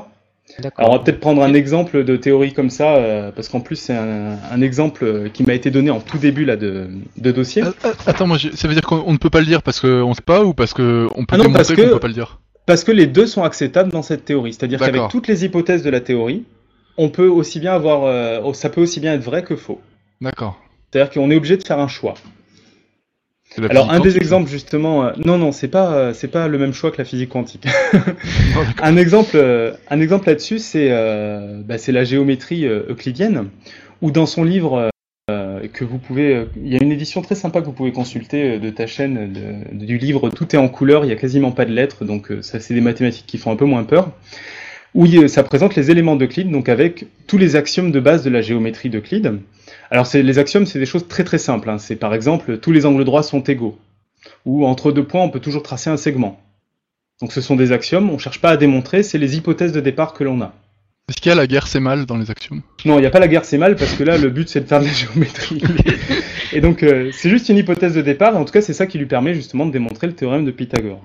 D'accord. Alors, on va peut-être prendre un exemple de théorie comme ça, euh, parce qu'en plus, c'est un, un exemple qui m'a été donné en tout début là, de, de dossier. Ah, ah, Attends, moi, je- ça veut dire qu'on on ne peut pas le dire parce qu'on ne sait pas ou parce qu'on peut Ah non, parce démontrer que- qu'on ne peut pas le dire? Parce que les deux sont acceptables dans cette théorie. C'est-à-dire qu'avec D'accord. toutes les hypothèses de la théorie, on peut aussi bien avoir, euh, ça peut aussi bien être vrai que faux. D'accord. C'est-à-dire qu'on est obligé de faire un choix. C'est la Alors physique un des quantique, exemples justement, euh, non non c'est pas euh, c'est pas le même choix que la physique quantique. ça. Oh, d'accord. un exemple euh, un exemple là-dessus c'est euh, bah, c'est la géométrie euh, euclidienne où dans son livre euh, que vous pouvez euh, il y a une édition très sympa que vous pouvez consulter euh, de ta chaîne de- du livre Tout est en couleur, il y a quasiment pas de lettres donc euh, ça c'est des mathématiques qui font un peu moins peur. Où il- ça présente les éléments d'Euclide donc avec tous les axiomes de base de la géométrie d'Euclide. Alors c'est, les axiomes, c'est des choses très très simples. Hein. C'est par exemple, tous les angles droits sont égaux. Ou entre deux points, on peut toujours tracer un segment. Donc ce sont des axiomes, on ne cherche pas à démontrer, c'est les hypothèses de départ que l'on a. Est-ce qu'il y a la guerre c'est mal dans les axiomes? Non, il n'y a pas la guerre, c'est mal, parce que là, le but, c'est de faire de la géométrie. Et donc, euh, c'est juste une hypothèse de départ, et en tout cas, c'est ça qui lui permet justement de démontrer le théorème de Pythagore.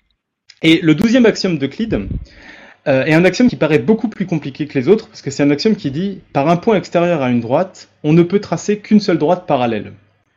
Et le douzième axiome d'Euclide euh, est un axiome qui paraît beaucoup plus compliqué que les autres, parce que c'est un axiome qui dit, par un point extérieur à une droite, on ne peut tracer qu'une seule droite parallèle.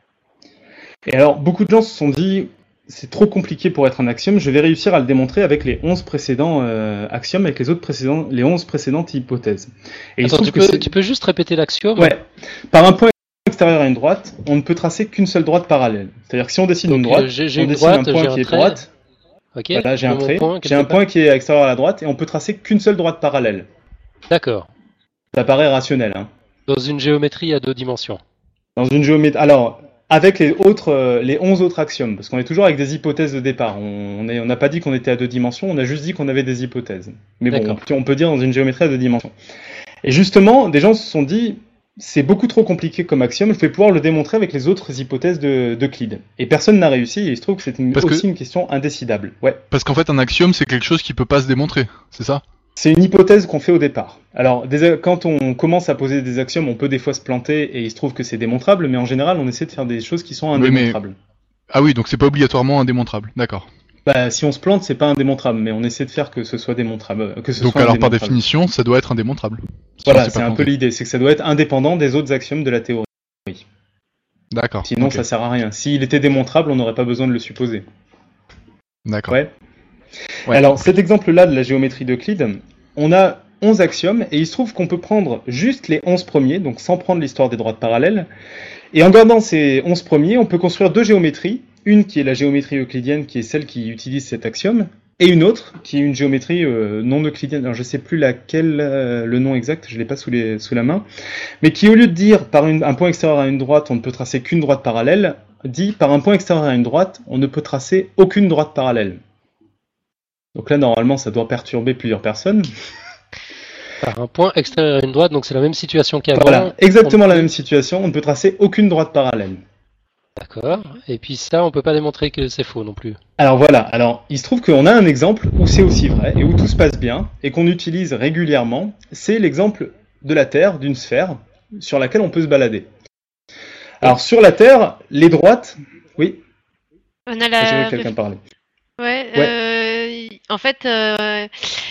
Et alors, beaucoup de gens se sont dit, c'est trop compliqué pour être un axiome, je vais réussir à le démontrer avec les onze précédents euh, axiomes, avec les autres précédents, les onze précédentes hypothèses. Et il se Attends, trouve tu que peux, c'est- tu peux juste répéter l'axiome? Ouais. Par un point extérieur à une droite, on ne peut tracer qu'une seule droite parallèle. C'est-à-dire que si on dessine une Donc, droite, euh, j'ai- j'ai on une dessine droite, un point j'ai qui un est trait. droite. Ok. Voilà, j'ai de un mon trait. point, J'ai quelque un part. point qui est extérieur à la droite et on peut tracer qu'une seule droite parallèle. D'accord. Ça paraît rationnel. Hein. Dans une géométrie à deux dimensions. Dans une géométrie. Alors, avec les autres, euh, les onze autres axiomes, parce qu'on est toujours avec des hypothèses de départ. On n'a on on pas dit qu'on était à deux dimensions, on a juste dit qu'on avait des hypothèses. Mais bon, on, on peut dire dans une géométrie à deux dimensions. Et justement, des gens se sont dit, c'est beaucoup trop compliqué comme axiome, je vais pouvoir le démontrer avec les autres hypothèses de d'Euclide. Et personne n'a réussi, et il se trouve que c'est une, aussi que... une question indécidable. Ouais. Parce qu'en fait, un axiome, c'est quelque chose qui peut pas se démontrer, c'est ça ? C'est une hypothèse qu'on fait au départ. Alors, des, quand on commence à poser des axiomes, on peut des fois se planter, et il se trouve que c'est démontrable, mais en général, on essaie de faire des choses qui sont indémontrables. Oui, mais... Ah oui, donc c'est pas obligatoirement indémontrable, d'accord. Bah, si on se plante, c'est pas indémontrable, mais on essaie de faire que ce soit démontrable. Que ce Donc soit alors par définition, ça doit être indémontrable. Si voilà, c'est un peu l'idée, c'est que ça doit être indépendant des autres axiomes de la théorie. D'accord. Sinon, okay. ça sert à rien. S'il était démontrable, on n'aurait pas besoin de le supposer. D'accord. Ouais. ouais. Alors, cet exemple-là de la géométrie d'Euclide, on a onze axiomes, et il se trouve qu'on peut prendre juste les onze premiers, donc sans prendre l'histoire des droites parallèles, et en gardant ces onze premiers, on peut construire deux géométries, une qui est la géométrie euclidienne, qui est celle qui utilise cet axiome, et une autre, qui est une géométrie euh, non euclidienne, alors je ne sais plus laquelle, euh, le nom exact, je ne l'ai pas sous, les, sous la main, mais qui au lieu de dire par une, un point extérieur à une droite, on ne peut tracer qu'une droite parallèle, dit par un point extérieur à une droite, on ne peut tracer aucune droite parallèle. Donc là, normalement, ça doit perturber plusieurs personnes. Par un point extérieur à une droite, donc c'est la même situation qu'avant. Voilà, exactement la même situation, on ne peut tracer aucune droite parallèle. D'accord, et puis ça, on peut pas démontrer que c'est faux non plus. Alors voilà, alors il se trouve qu'on a un exemple où c'est aussi vrai, et où tout se passe bien, et qu'on utilise régulièrement, c'est l'exemple de la Terre, d'une sphère, sur laquelle on peut se balader. Alors sur la Terre, les droites... Oui. On a la... J'ai vu quelqu'un parler. Ouais, ouais. Euh, en fait, euh,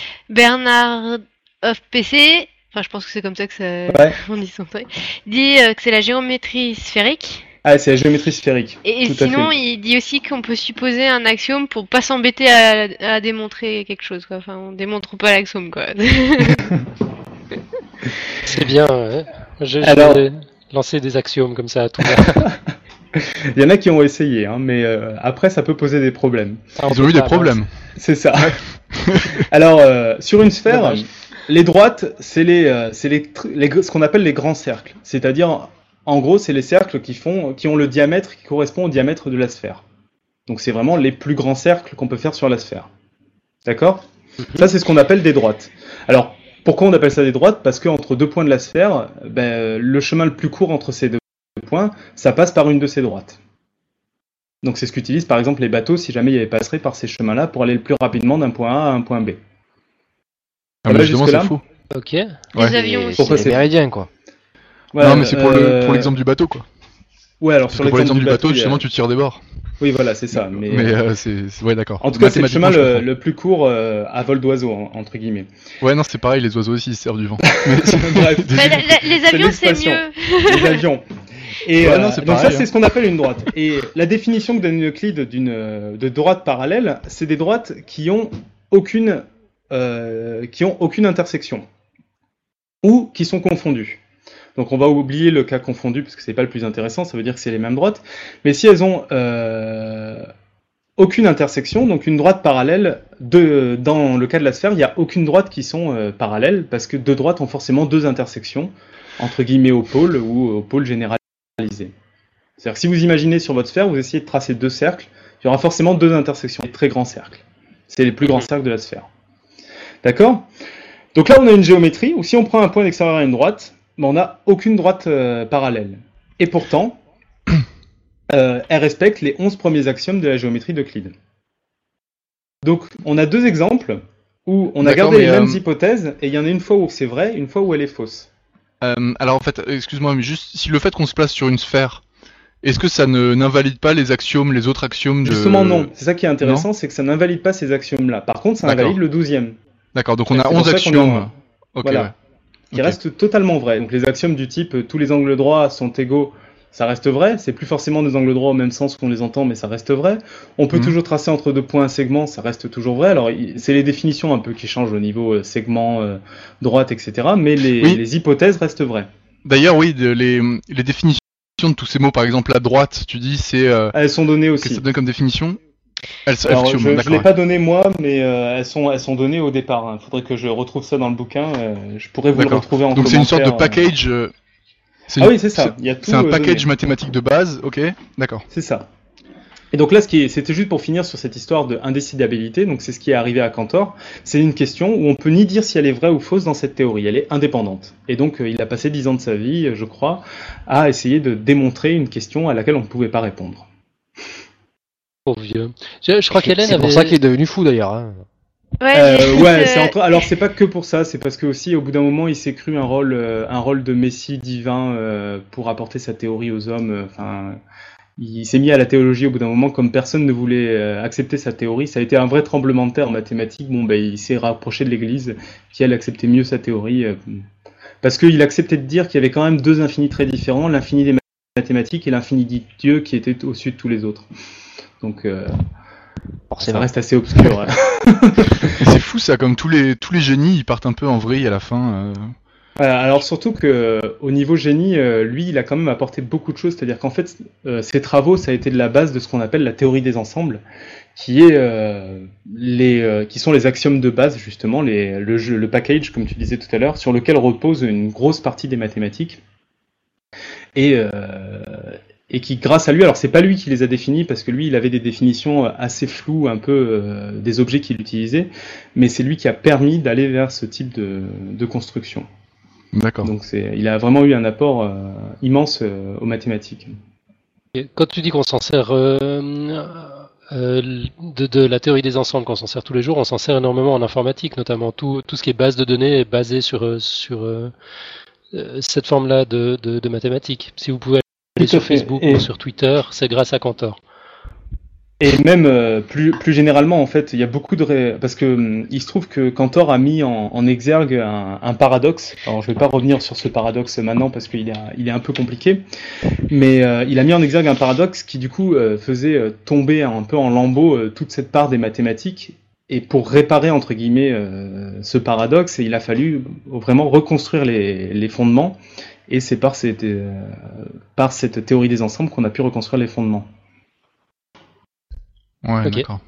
Bernard of P C, enfin je pense que c'est comme ça que ça... Ouais. on dit son truc, dit euh, que c'est la géométrie sphérique. Ah, c'est la géométrie sphérique. Et, et sinon, il dit aussi qu'on peut supposer un axiome pour pas s'embêter à, à démontrer quelque chose, quoi. Enfin, on démontre pas l'axiome, quoi. C'est bien, ouais. Je, Alors... je vais lancer des axiomes comme ça à tout. Il y en a qui ont essayé, hein, mais euh, après, ça peut poser des problèmes. Ah, ils ont eu des problèmes. C'est ça. Alors, euh, sur une sphère, Dommage. les droites, c'est les, euh, c'est les, les, ce qu'on appelle les grands cercles. C'est-à-dire... En gros, c'est les cercles qui, font, qui ont le diamètre qui correspond au diamètre de la sphère. Donc c'est vraiment les plus grands cercles qu'on peut faire sur la sphère. D'accord ? Ça, c'est ce qu'on appelle des droites. Alors, pourquoi on appelle ça des droites ? Parce qu'entre deux points de la sphère, ben, le chemin le plus court entre ces deux points, ça passe par une de ces droites. Donc c'est ce qu'utilisent par exemple les bateaux si jamais ils passeraient par ces chemins-là pour aller le plus rapidement d'un point A à un point B. Ah, mais justement, c'est faux. Ok. Les ouais. avions aussi. Pourquoi c'est méridien, quoi. Ouais, non, mais c'est pour euh... le pour l'exemple du bateau, quoi. Ouais, alors Parce sur que pour l'exemple du bateau, bateau justement, a... tu tires des bords. Oui, voilà, c'est ça. Mais, mais euh, c'est, c'est ouais, d'accord. En tout cas, c'est le chemin le, le plus court euh, à vol d'oiseau, entre guillemets. Ouais, non, c'est pareil, les oiseaux aussi ils servent du vent. Bref, bah, la, la, les avions, c'est, c'est mieux. Les avions. Et ouais, euh, non, c'est donc pareil, ça, c'est ce qu'on appelle une droite. Et la définition que donne Euclide d'une de droite parallèle, c'est des droites qui ont aucune euh, qui ont aucune intersection ou qui sont confondues. Donc on va oublier le cas confondu parce que c'est pas le plus intéressant, ça veut dire que c'est les mêmes droites. Mais si elles ont euh, aucune intersection, donc une droite parallèle, de, dans le cas de la sphère, il n'y a aucune droite qui sont euh, parallèles parce que deux droites ont forcément deux intersections, entre guillemets au pôle ou au pôle généralisé. C'est-à-dire que si vous imaginez sur votre sphère, vous essayez de tracer deux cercles, il y aura forcément deux intersections, des très grands cercles. C'est les plus grands cercles de la sphère. D'accord ? Donc là on a une géométrie où si on prend un point d'extérieur à une droite, on n'a aucune droite euh, parallèle. Et pourtant, euh, elle respecte les onze premiers axiomes de la géométrie d'Euclide. Donc, on a deux exemples où on a D'accord, gardé les euh... mêmes hypothèses, et il y en a une fois où c'est vrai, une fois où elle est fausse. Euh, alors en fait, excuse-moi, mais juste, si le fait qu'on se place sur une sphère, est-ce que ça ne, n'invalide pas les axiomes, les autres axiomes de... Justement non, c'est ça qui est intéressant, non c'est que ça n'invalide pas ces axiomes-là. Par contre, ça D'accord. invalide le douzième. D'accord, donc on a onze axiomes. A... Ok, voilà. ouais. Qui okay. reste totalement vrai. Donc les axiomes du type euh, tous les angles droits sont égaux, ça reste vrai. C'est plus forcément des angles droits au même sens qu'on les entend, mais ça reste vrai. On peut mmh. toujours tracer entre deux points un segment, ça reste toujours vrai. Alors c'est les définitions un peu qui changent au niveau euh, segment, euh, droite, et cetera. Mais les, oui. les hypothèses restent vraies. D'ailleurs, oui, de, les, les définitions de tous ces mots, par exemple la droite, tu dis c'est. Euh, elles sont données aussi. Qu'est-ce que ça donne comme définition? Elles, Alors, elles, je ne l'ai pas donné moi, mais euh, elles, sont, elles sont données au départ. Il hein. faudrait que je retrouve ça dans le bouquin. Euh, je pourrais vous d'accord. le retrouver en Donc commentaire. Donc c'est une sorte de package. Euh... C'est Ah une- oui, c'est ça. Il y a tout. C'est un euh, package donné. mathématique de base, ok, d'accord. C'est ça. Et donc là, ce qui est, c'était juste pour finir sur cette histoire de indécidabilité. Donc c'est ce qui est arrivé à Cantor. C'est une question où on peut ni dire si elle est vraie ou fausse dans cette théorie. Elle est indépendante. Et donc euh, il a passé dix ans de sa vie, euh, je crois, à essayer de démontrer une question à laquelle on ne pouvait pas répondre. Pauvre vieux. Je, je crois qu'Hélène C'est avait. pour ça qu'il est devenu fou d'ailleurs. Hein. Ouais, Euh, j'ai- ouais, euh, c'est entre... alors c'est pas que pour ça, c'est parce que aussi au bout d'un moment il s'est cru un rôle, euh, un rôle de messie divin euh, pour apporter sa théorie aux hommes. euh, Enfin, il s'est mis à la théologie au bout d'un moment, comme personne ne voulait euh, accepter sa théorie. Ça a été un vrai tremblement de terre en mathématiques. Bon, ben il s'est rapproché de l'Église, qui elle acceptait mieux sa théorie, euh, parce qu'il acceptait de dire qu'il y avait quand même deux infinis très différents, l'infini des mathématiques et l'infini de Dieu qui était au-dessus de tous les autres. Donc euh, ça Forcément. reste assez obscur. hein. Et c'est fou ça, comme tous les tous les génies, ils partent un peu en vrille à la fin. euh. Euh, alors surtout que euh, au niveau génie, euh, lui, il a quand même apporté beaucoup de choses. C'est-à-dire qu'en fait, euh, ses travaux, ça a été de la base de ce qu'on appelle la théorie des ensembles, qui est euh, les, euh, qui sont les axiomes de base justement, les, le, jeu, le package, comme tu disais tout à l'heure, sur lequel repose une grosse partie des mathématiques. Et euh, et qui, grâce à lui, alors c'est pas lui qui les a définis parce que lui, il avait des définitions assez floues, un peu euh, des objets qu'il utilisait, mais c'est lui qui a permis d'aller vers ce type de, de construction. D'accord. Donc c'est, il a vraiment eu un apport euh, immense euh, aux mathématiques. Et quand tu dis qu'on s'en sert euh, euh, de, de la théorie des ensembles, qu'on s'en sert tous les jours, on s'en sert énormément en informatique, notamment tout, tout ce qui est base de données est basé sur, euh, sur euh, euh, cette forme-là de, de, de mathématiques. Si vous pouvez aller Tout à sur fait. Facebook Et- ou sur Twitter, c'est grâce à Cantor. Et même euh, plus, plus généralement, en fait, il y a beaucoup de... Ré... Parce que hum, il se trouve que Cantor a mis en, en exergue un, un paradoxe. Alors, je vais pas revenir sur ce paradoxe maintenant parce qu'il est, il est un peu compliqué. Mais euh, il a mis en exergue un paradoxe qui, du coup, euh, faisait euh, tomber un peu en lambeaux euh, toute cette part des mathématiques. Et pour réparer, entre guillemets, euh, ce paradoxe, il a fallu vraiment reconstruire les, les fondements. Et c'est par cette, euh, par cette théorie des ensembles qu'on a pu reconstruire les fondements. Ouais, Ok. d'accord.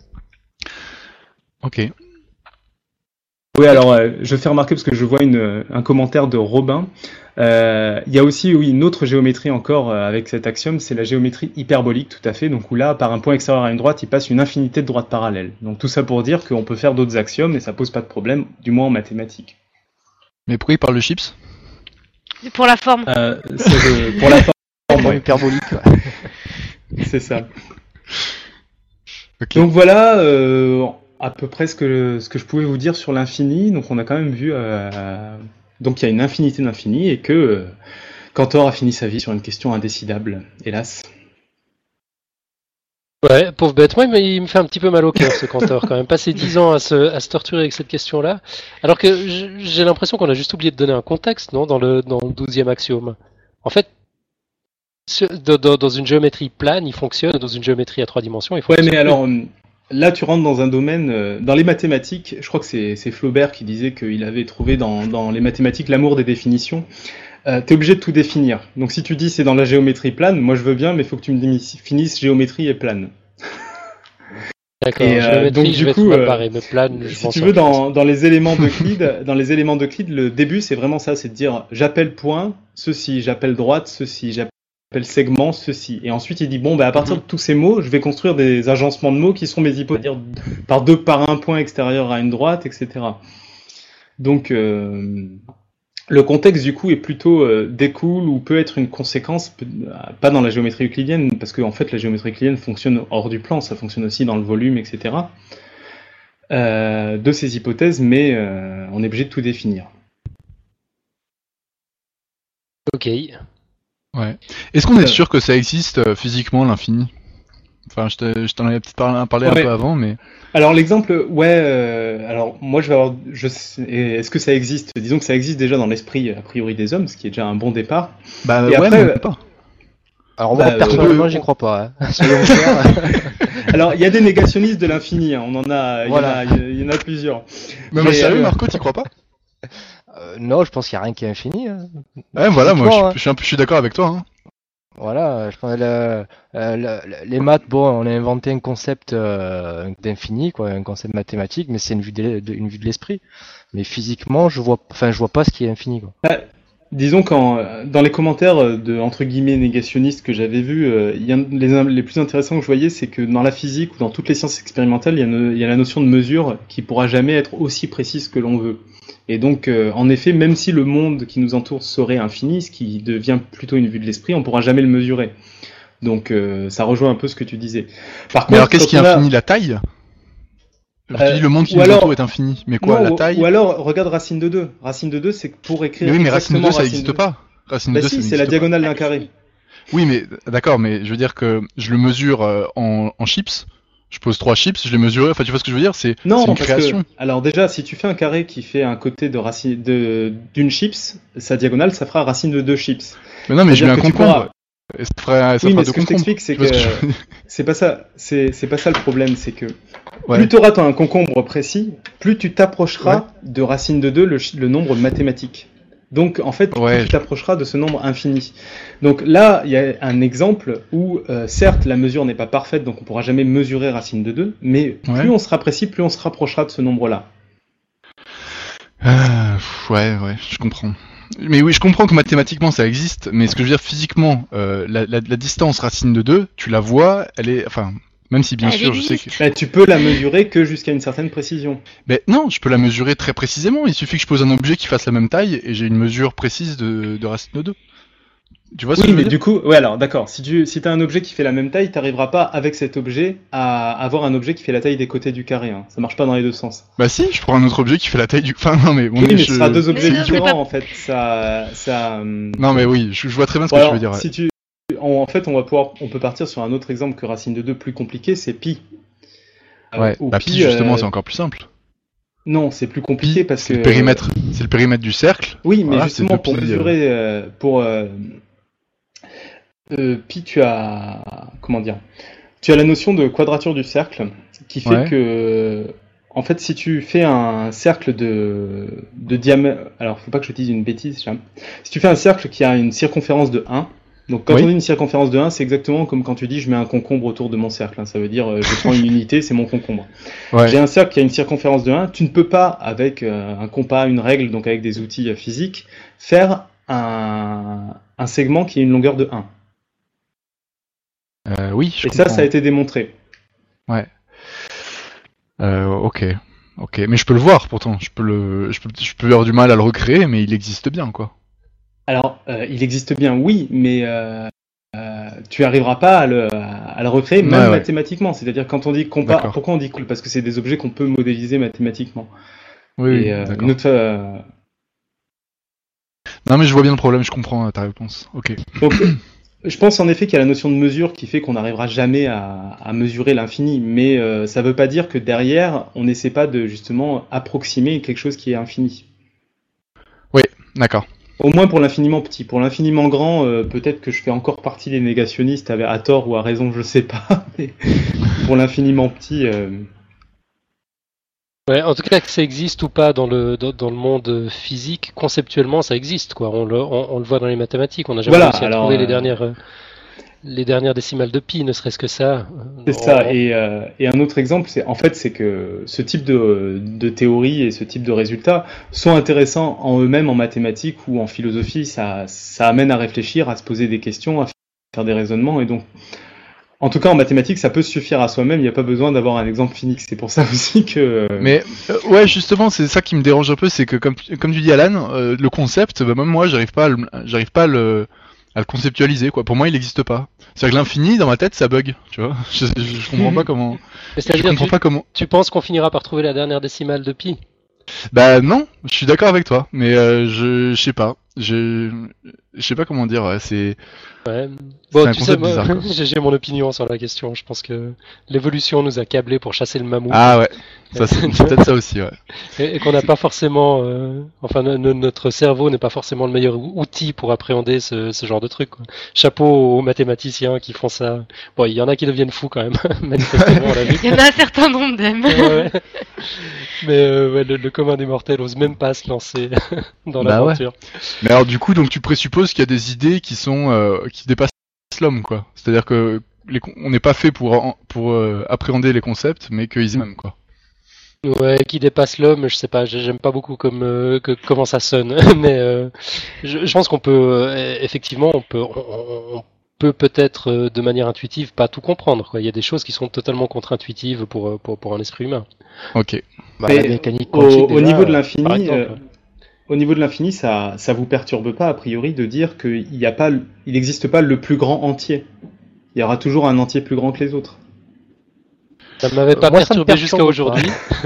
Ok. Oui, alors euh, je fais remarquer parce que je vois une, un commentaire de Robin. Euh, Il y a aussi oui, une autre géométrie encore euh, avec cet axiome, c'est la géométrie hyperbolique, tout à fait. Donc où là, par un point extérieur à une droite, il passe une infinité de droites parallèles. Donc tout ça pour dire qu'on peut faire d'autres axiomes et ça pose pas de problème, du moins en mathématiques. Mais pourquoi il parle de chips? pour la forme. Euh, c'est de- pour la forme, Forme ouais, hyperbolique. Ouais. c'est ça. Ok. Donc voilà euh, à peu près ce que, ce que je pouvais vous dire sur l'infini. Donc on a quand même vu euh, donc il y a une infinité d'infini et que euh, Cantor a fini sa vie sur une question indécidable, hélas. Ouais, pauvre bête. Moi, il me- il me fait un petit peu mal au cœur, ce Cantor, quand même. Passer dix ans à se, à se torturer avec cette question-là. Alors que j- j'ai l'impression qu'on a juste oublié de donner un contexte, non, dans le, dans le douzième axiome. En fait, sur- dans, dans- dans une géométrie plane, il fonctionne. Dans une géométrie à trois dimensions, il Ouais, fonctionne. mais alors euh, là, tu rentres dans un domaine, euh, dans les mathématiques, je crois que c'est c'est Flaubert qui disait qu'il avait trouvé dans, dans les mathématiques l'amour des définitions. Euh, t'es obligé de tout définir. Donc si tu dis c'est dans la géométrie plane, moi je veux bien, mais il faut que tu me définisses géométrie et plane. D'accord. et, euh, Géométrie, donc, je du vais coup, être mal euh, barré, mais plane, je Si m'en tu sors, veux, je pense. dans, dans les éléments d'Euclide, dans les éléments d'Euclide, le début c'est vraiment ça, c'est de dire j'appelle point ceci, j'appelle droite ceci, j'appelle segment ceci. Et ensuite il dit bon, bah, à partir Mhm. de tous ces mots, je vais construire des agencements de mots qui sont mes hypothèses, c'est-à-dire par deux par un point extérieur à une droite, et cetera. Donc euh, le contexte du coup est plutôt euh, découle ou peut être une conséquence, peut- pas dans la géométrie euclidienne, parce qu'en fait la géométrie euclidienne fonctionne hors du plan, ça fonctionne aussi dans le volume, et cetera. Euh, de ces hypothèses, mais euh, on est obligé de tout définir. Ok. Ouais. Est-ce qu'on est Euh. sûr que ça existe euh, physiquement l'infini? Enfin, je te- je t'en avais peut-être parlé, parlé Ouais. un peu avant, mais Alors l'exemple, ouais, euh, alors moi je vais avoir, je sais- est-ce que ça existe? Disons que ça existe déjà dans l'esprit a priori des hommes, ce qui est déjà un bon départ. bah Et ouais, après, mais on euh, peut pas. Alors Bah, moi, euh, personnellement, euh, j'y crois pas. Hein. Soyons clairs. Alors il y a des négationnistes de l'infini, hein, on en a, il y en Voilà. a, il y en a plusieurs. Mais, Mais, sérieux, euh, Marco, t'y crois pas? Euh, non, je pense qu'il n'y a rien qui est infini. Hein. Ouais, voilà, moi, Physiquement, je, je suis un peu, je suis d'accord avec toi. Hein. Voilà, je pense que le- euh, le- les maths, bon, on a inventé un concept euh, d'infini, quoi, un concept mathématique, mais c'est une vue de, de- une vue de l'esprit. Mais physiquement, je vois, enfin, je vois pas ce qui est infini, quoi. disons qu'en dans les commentaires de entre guillemets négationnistes que j'avais vus, euh, il y a, les, les plus intéressants que je voyais, c'est que dans la physique ou dans toutes les sciences expérimentales, il y a, une, il y a la notion de mesure qui pourra jamais être aussi précise que l'on veut. Et donc, euh, en effet, même si le monde qui nous entoure serait infini, ce qui devient plutôt une vue de l'esprit, on pourra jamais le mesurer. Donc, euh, ça rejoint un peu ce que tu disais. Par Mais contre, alors qu'est-ce qui est quand on a- infini? La taille? Alors, tu Euh, dis le monde qui ou nous alors- entoure est infini. Mais quoi, Non, la ou- taille? Ou alors, regarde racine de deux. Racine de deux, c'est que pour écrire. Mais oui, mais racine de exactement deux, ça racine n'existe de- pas. Racine de Bah deux, si, ça c'est la n'existe pas. diagonale d'un carré. Oui, mais d'accord, mais je veux dire que je le mesure euh, en, en chips. Je pose trois chips, je les mesure. Enfin, tu vois ce que je veux dire? C'est Non, c'est une parce création. que, alors déjà, si tu fais un carré qui fait un côté de racine de d'une chips, sa diagonale, ça fera racine de deux chips. Mais non, mais je mets un C'est-à-dire que tu concombre. pourras- Et ça fera, ça Oui, fera mais deux ce que je concombres. t'explique, c'est Tu vois que ce que je veux dire? c'est pas ça, c'est c'est pas ça le problème, c'est que Ouais. plus tu auras un concombre précis, plus tu t'approcheras de racine de deux le, ch- le nombre mathématique. Donc en fait, Ouais. plus tu t'approcheras de ce nombre infini. Donc là, il y a un exemple où euh, certes la mesure n'est pas parfaite, donc on pourra jamais mesurer racine de deux, mais Ouais. plus on sera précis, plus on se rapprochera de ce nombre-là. Ah, pff, ouais, ouais, je comprends. Mais oui, je comprends que mathématiquement ça existe, mais ce que je veux dire physiquement, euh, la, la, la distance racine de deux, tu la vois, elle est, enfin, même si bien Elle sûr je sais que, existe. Bah, tu peux la mesurer que jusqu'à une certaine précision. mais non, je peux la mesurer très précisément. Il suffit que je pose un objet qui fasse la même taille et j'ai une mesure précise de, de racine de deux. Tu vois ce Oui, que je veux mais dire? du coup, ouais, alors d'accord. Si tu si as un objet qui fait la même taille, tu n'arriveras pas avec cet objet à avoir un objet qui fait la taille des côtés du carré. Hein. Ça marche pas dans les deux sens. Bah si, je prends un autre objet qui fait la taille du. Enfin non mais on Oui, est. mais je- ce sera deux objets Mais ça, c'est différents pas- en fait. Ça, ça. hum, Non mais oui, je, je vois très bien ce Bon, que alors, tu veux dire. Ouais. si tu, en, en fait, on va pouvoir, on peut partir sur un autre exemple que racine de deux plus compliqué, c'est pi. Euh, Ouais. où Bah pi justement euh, c'est encore plus simple. Non, c'est plus compliqué Pi, parce c'est que le périmètre, c'est le périmètre du cercle. Oui, mais Voilà, justement c'est deux pour pi, euh. mesurer, euh, pour euh, euh, pi, tu as comment dire? Tu as la notion de quadrature du cercle qui fait Ouais. que, en fait, si tu fais un cercle de, de diamètre, alors faut pas que je dise une bêtise, Cham. Si tu fais un cercle qui a une circonférence de un, donc quand Oui. on dit une circonférence de un, c'est exactement comme quand tu dis je mets un concombre autour de mon cercle, hein. Ça veut dire euh, je prends une unité, c'est mon concombre. Ouais. J'ai un cercle qui a une circonférence de un, tu ne peux pas, avec euh, un compas, une règle, donc avec des outils euh, physiques, faire un, un segment qui a une longueur de un. Euh, oui, je Et ça, comprends. ça a été démontré. Euh, ok, ok, mais je peux le voir pourtant. Je peux le, je peux, je peux avoir du mal à le recréer, mais il existe bien quoi. Alors, euh, il existe bien, oui, mais euh, euh, tu arriveras pas à le, à le recréer, même Ouais, ouais. mathématiquement. C'est-à-dire, quand on dit compas, D'accord. pourquoi on dit cool? Parce que c'est des objets qu'on peut modéliser mathématiquement. Oui, oui, Et euh, d'accord. une autre, euh, Non mais je vois bien le problème, je comprends euh, ta réponse. Ok. Donc, je pense en effet qu'il y a la notion de mesure qui fait qu'on n'arrivera jamais à, à mesurer l'infini, mais euh, ça ne veut pas dire que derrière, on n'essaie pas de justement approximer quelque chose qui est infini. D'accord. Au moins pour l'infiniment petit. Pour l'infiniment grand, euh, peut-être que je fais encore partie des négationnistes, à, à tort ou à raison, je sais pas. Mais pour l'infiniment petit, euh, Ouais, en tout cas, que ça existe ou pas dans le dans, dans le monde physique, conceptuellement, ça existe quoi. On le on, on le voit dans les mathématiques. On n'a jamais Voilà, réussi à alors, trouver les euh, dernières euh, les dernières décimales de pi, ne serait-ce que ça. c'est On- ça. Et, euh, et un autre exemple, c'est en fait, c'est que ce type de, de théorie et ce type de résultats sont intéressants en eux-mêmes en mathématiques ou en philosophie. Ça, ça amène à réfléchir, à se poser des questions, à faire des raisonnements. Et donc, en tout cas, en mathématiques, ça peut suffire à soi-même. Il n'y a pas besoin d'avoir un exemple fini. C'est pour ça aussi que. Mais euh, ouais, justement, c'est ça qui me dérange un peu, c'est que comme comme tu dis Alan, euh, le concept, bah, même moi, j'arrive pas, à le, j'arrive pas à le, à le conceptualiser quoi. Pour moi, il n'existe pas. C'est-à-dire que l'infini dans ma tête, ça bug, tu vois. Je, je, je comprends pas comment. Mais Je c'est-à-dire, comprends tu, pas comment. tu penses qu'on finira par trouver la dernière décimale de pi? Bah non, je suis d'accord avec toi, mais euh, je, je sais pas, je, je sais pas comment dire. Ouais, c'est. Ouais. C'est Bon, un tu sais, concept moi, bizarre, quoi. j'ai j'ai mon opinion sur la question. Je pense que l'évolution nous a câblés pour chasser le mammouth. Ah ouais, ça c'est c'est peut-être ça aussi, ouais. Et, et qu'on n'a pas forcément, euh, enfin no- no- notre cerveau n'est pas forcément le meilleur ou- outil pour appréhender ce, ce genre de truc. Quoi. Chapeau aux mathématiciens qui font ça. Bon, il y en a qui deviennent fous quand même, manifestement, on l'a vu. Il y en a un certain nombre d'âmes. Ouais, ouais. Mais euh, ouais, le, le commun des mortels ose même pas se lancer dans Bah l'aventure. Mais alors du coup, donc tu présupposes qu'il y a des idées qui sont euh, qui dépassent l'homme, quoi. C'est-à-dire que les, con- on n'est pas fait pour en- pour euh, appréhender les concepts, mais qu'ils aiment, quoi. Ouais, qui dépasse l'homme, je sais pas, j'ai- j'aime pas beaucoup comme euh, que, comment ça sonne, mais euh, je, je pense qu'on peut euh, effectivement, on peut, on, on- on peut peut-être euh, de manière intuitive pas tout comprendre, quoi. Il y a des choses qui sont totalement contre-intuitives pour, euh, pour pour un esprit humain, Ok. Bah, la Mais mécanique au, quantique, au déjà, niveau de euh, par l'infini, exemple. euh, au niveau de l'infini, ça, ça vous perturbe pas a priori de dire qu'il y a pas, le- il n'existe pas le plus grand entier. Il y aura toujours un entier plus grand que les autres. Ça m'avait Euh, pas moi, ça me perturbé jusqu'à perturbe pas. aujourd'hui.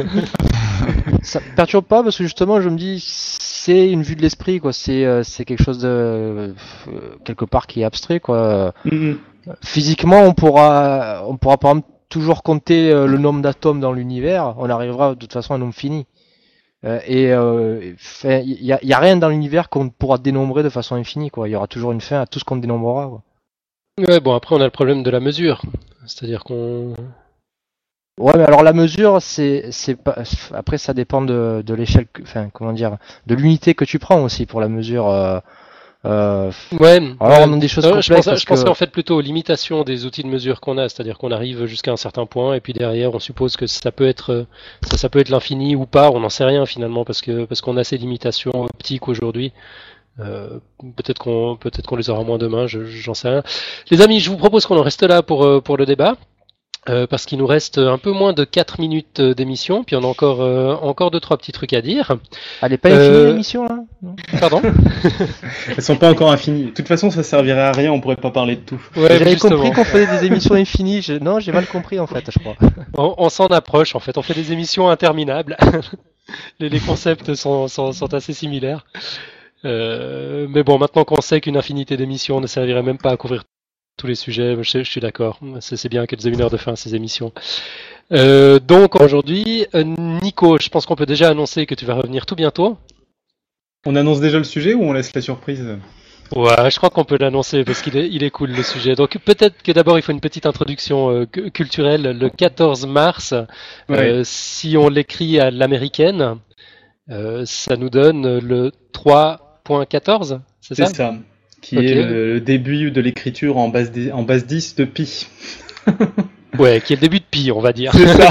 Ça me perturbe pas parce que justement, je me dis, c'est une vue de l'esprit, quoi. C'est euh, c'est quelque chose de euh, quelque part qui est abstrait, quoi. Mhm. Physiquement, on pourra, on pourra par exemple toujours compter euh, le nombre d'atomes dans l'univers. On arrivera de toute façon à un nombre fini. Euh, et euh, enfin, il y a, il y a rien dans l'univers qu'on pourra dénombrer de façon infinie, quoi. Il y aura toujours une fin à tout ce qu'on dénombrera, quoi. Ouais, bon, après on a le problème de la mesure, c'est-à-dire qu'on. Ouais, mais alors la mesure, c'est, c'est pas. Après, ça dépend de, de l'échelle, que- enfin, comment dire, de l'unité que tu prends aussi pour la mesure. Euh, euh, Ouais, alors, ouais. on a des choses Euh, je complexes pense, parce je pensais que. en fait plutôt aux limitations des outils de mesure qu'on a, c'est-à-dire qu'on arrive jusqu'à un certain point et puis derrière on suppose que ça peut être euh, ça, ça peut être l'infini ou pas, on n'en sait rien finalement parce que parce qu'on a ces limitations optiques aujourd'hui. Euh, peut-être qu'on peut-être qu'on les aura moins demain, je, j'en sais rien. Les amis, je vous propose qu'on en reste là pour euh, pour le débat. Euh, parce qu'il nous reste un peu moins de quatre minutes euh, d'émission, puis on a encore euh, encore deux trois petits trucs à dire. Elle est pas infinie Euh, l'émission là non Pardon. Elles sont pas encore infinies. De toute façon, ça servirait à rien. On pourrait pas parler de tout. Ouais, J'avais justement. compris qu'on faisait des émissions infinies. Je... Non, j'ai mal compris en fait, je crois. On, on s'en approche en fait. On fait des émissions interminables. les, les concepts sont, sont, sont assez similaires. Euh, mais bon, maintenant qu'on sait qu'une infinité d'émissions ne servirait même pas à couvrir tous les sujets, je, je suis d'accord. C'est, c'est bien qu'elles aient une heure de fin ces émissions. Euh, donc aujourd'hui, euh, Nico, je pense qu'on peut déjà annoncer que tu vas revenir tout bientôt. On annonce déjà le sujet ou on laisse la surprise? Ouais, je crois qu'on peut l'annoncer parce qu'il est, il est cool le sujet. Donc peut-être que d'abord il faut une petite introduction euh, cu- culturelle. Le quatorze mars, Ouais. euh, si on l'écrit à l'américaine, euh, ça nous donne le trois point quatorze, c'est ça? C'est ça. Qui Ok. est le, le début de l'écriture en base, dix- en base dix de pi. Ouais, qui est le début de pi, on va dire. C'est ça.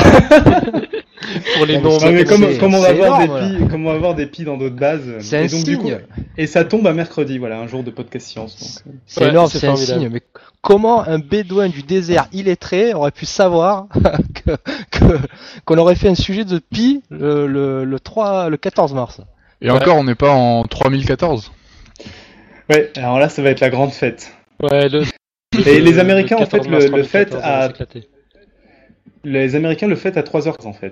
Pour les Ouais, mais noms. c'est- Non, mais comme, c'est- comme on va c'est avoir énorme, des pi, comme on va avoir des pi dans d'autres bases. C'est un et donc du coup, signe. et ça tombe à mercredi, voilà, un jour de podcast science. Donc, euh. C'est Ouais, énorme, c'est c'est un formidable. signe. Mais comment un bédouin du désert illettré aurait pu savoir que, que- qu'on aurait fait un sujet de pi le, le, le trois, le quatorze mars? Et Ouais. encore, on n'est pas en trois mille quatorze. Ouais, alors là, ça va être la grande fête. Ouais, le, Et le- les Américains, le en fait, quatorze mars le, le fêtent trois mille quatorze, on va à, s'éclater. les Américains le fêtent à trois heures en fait.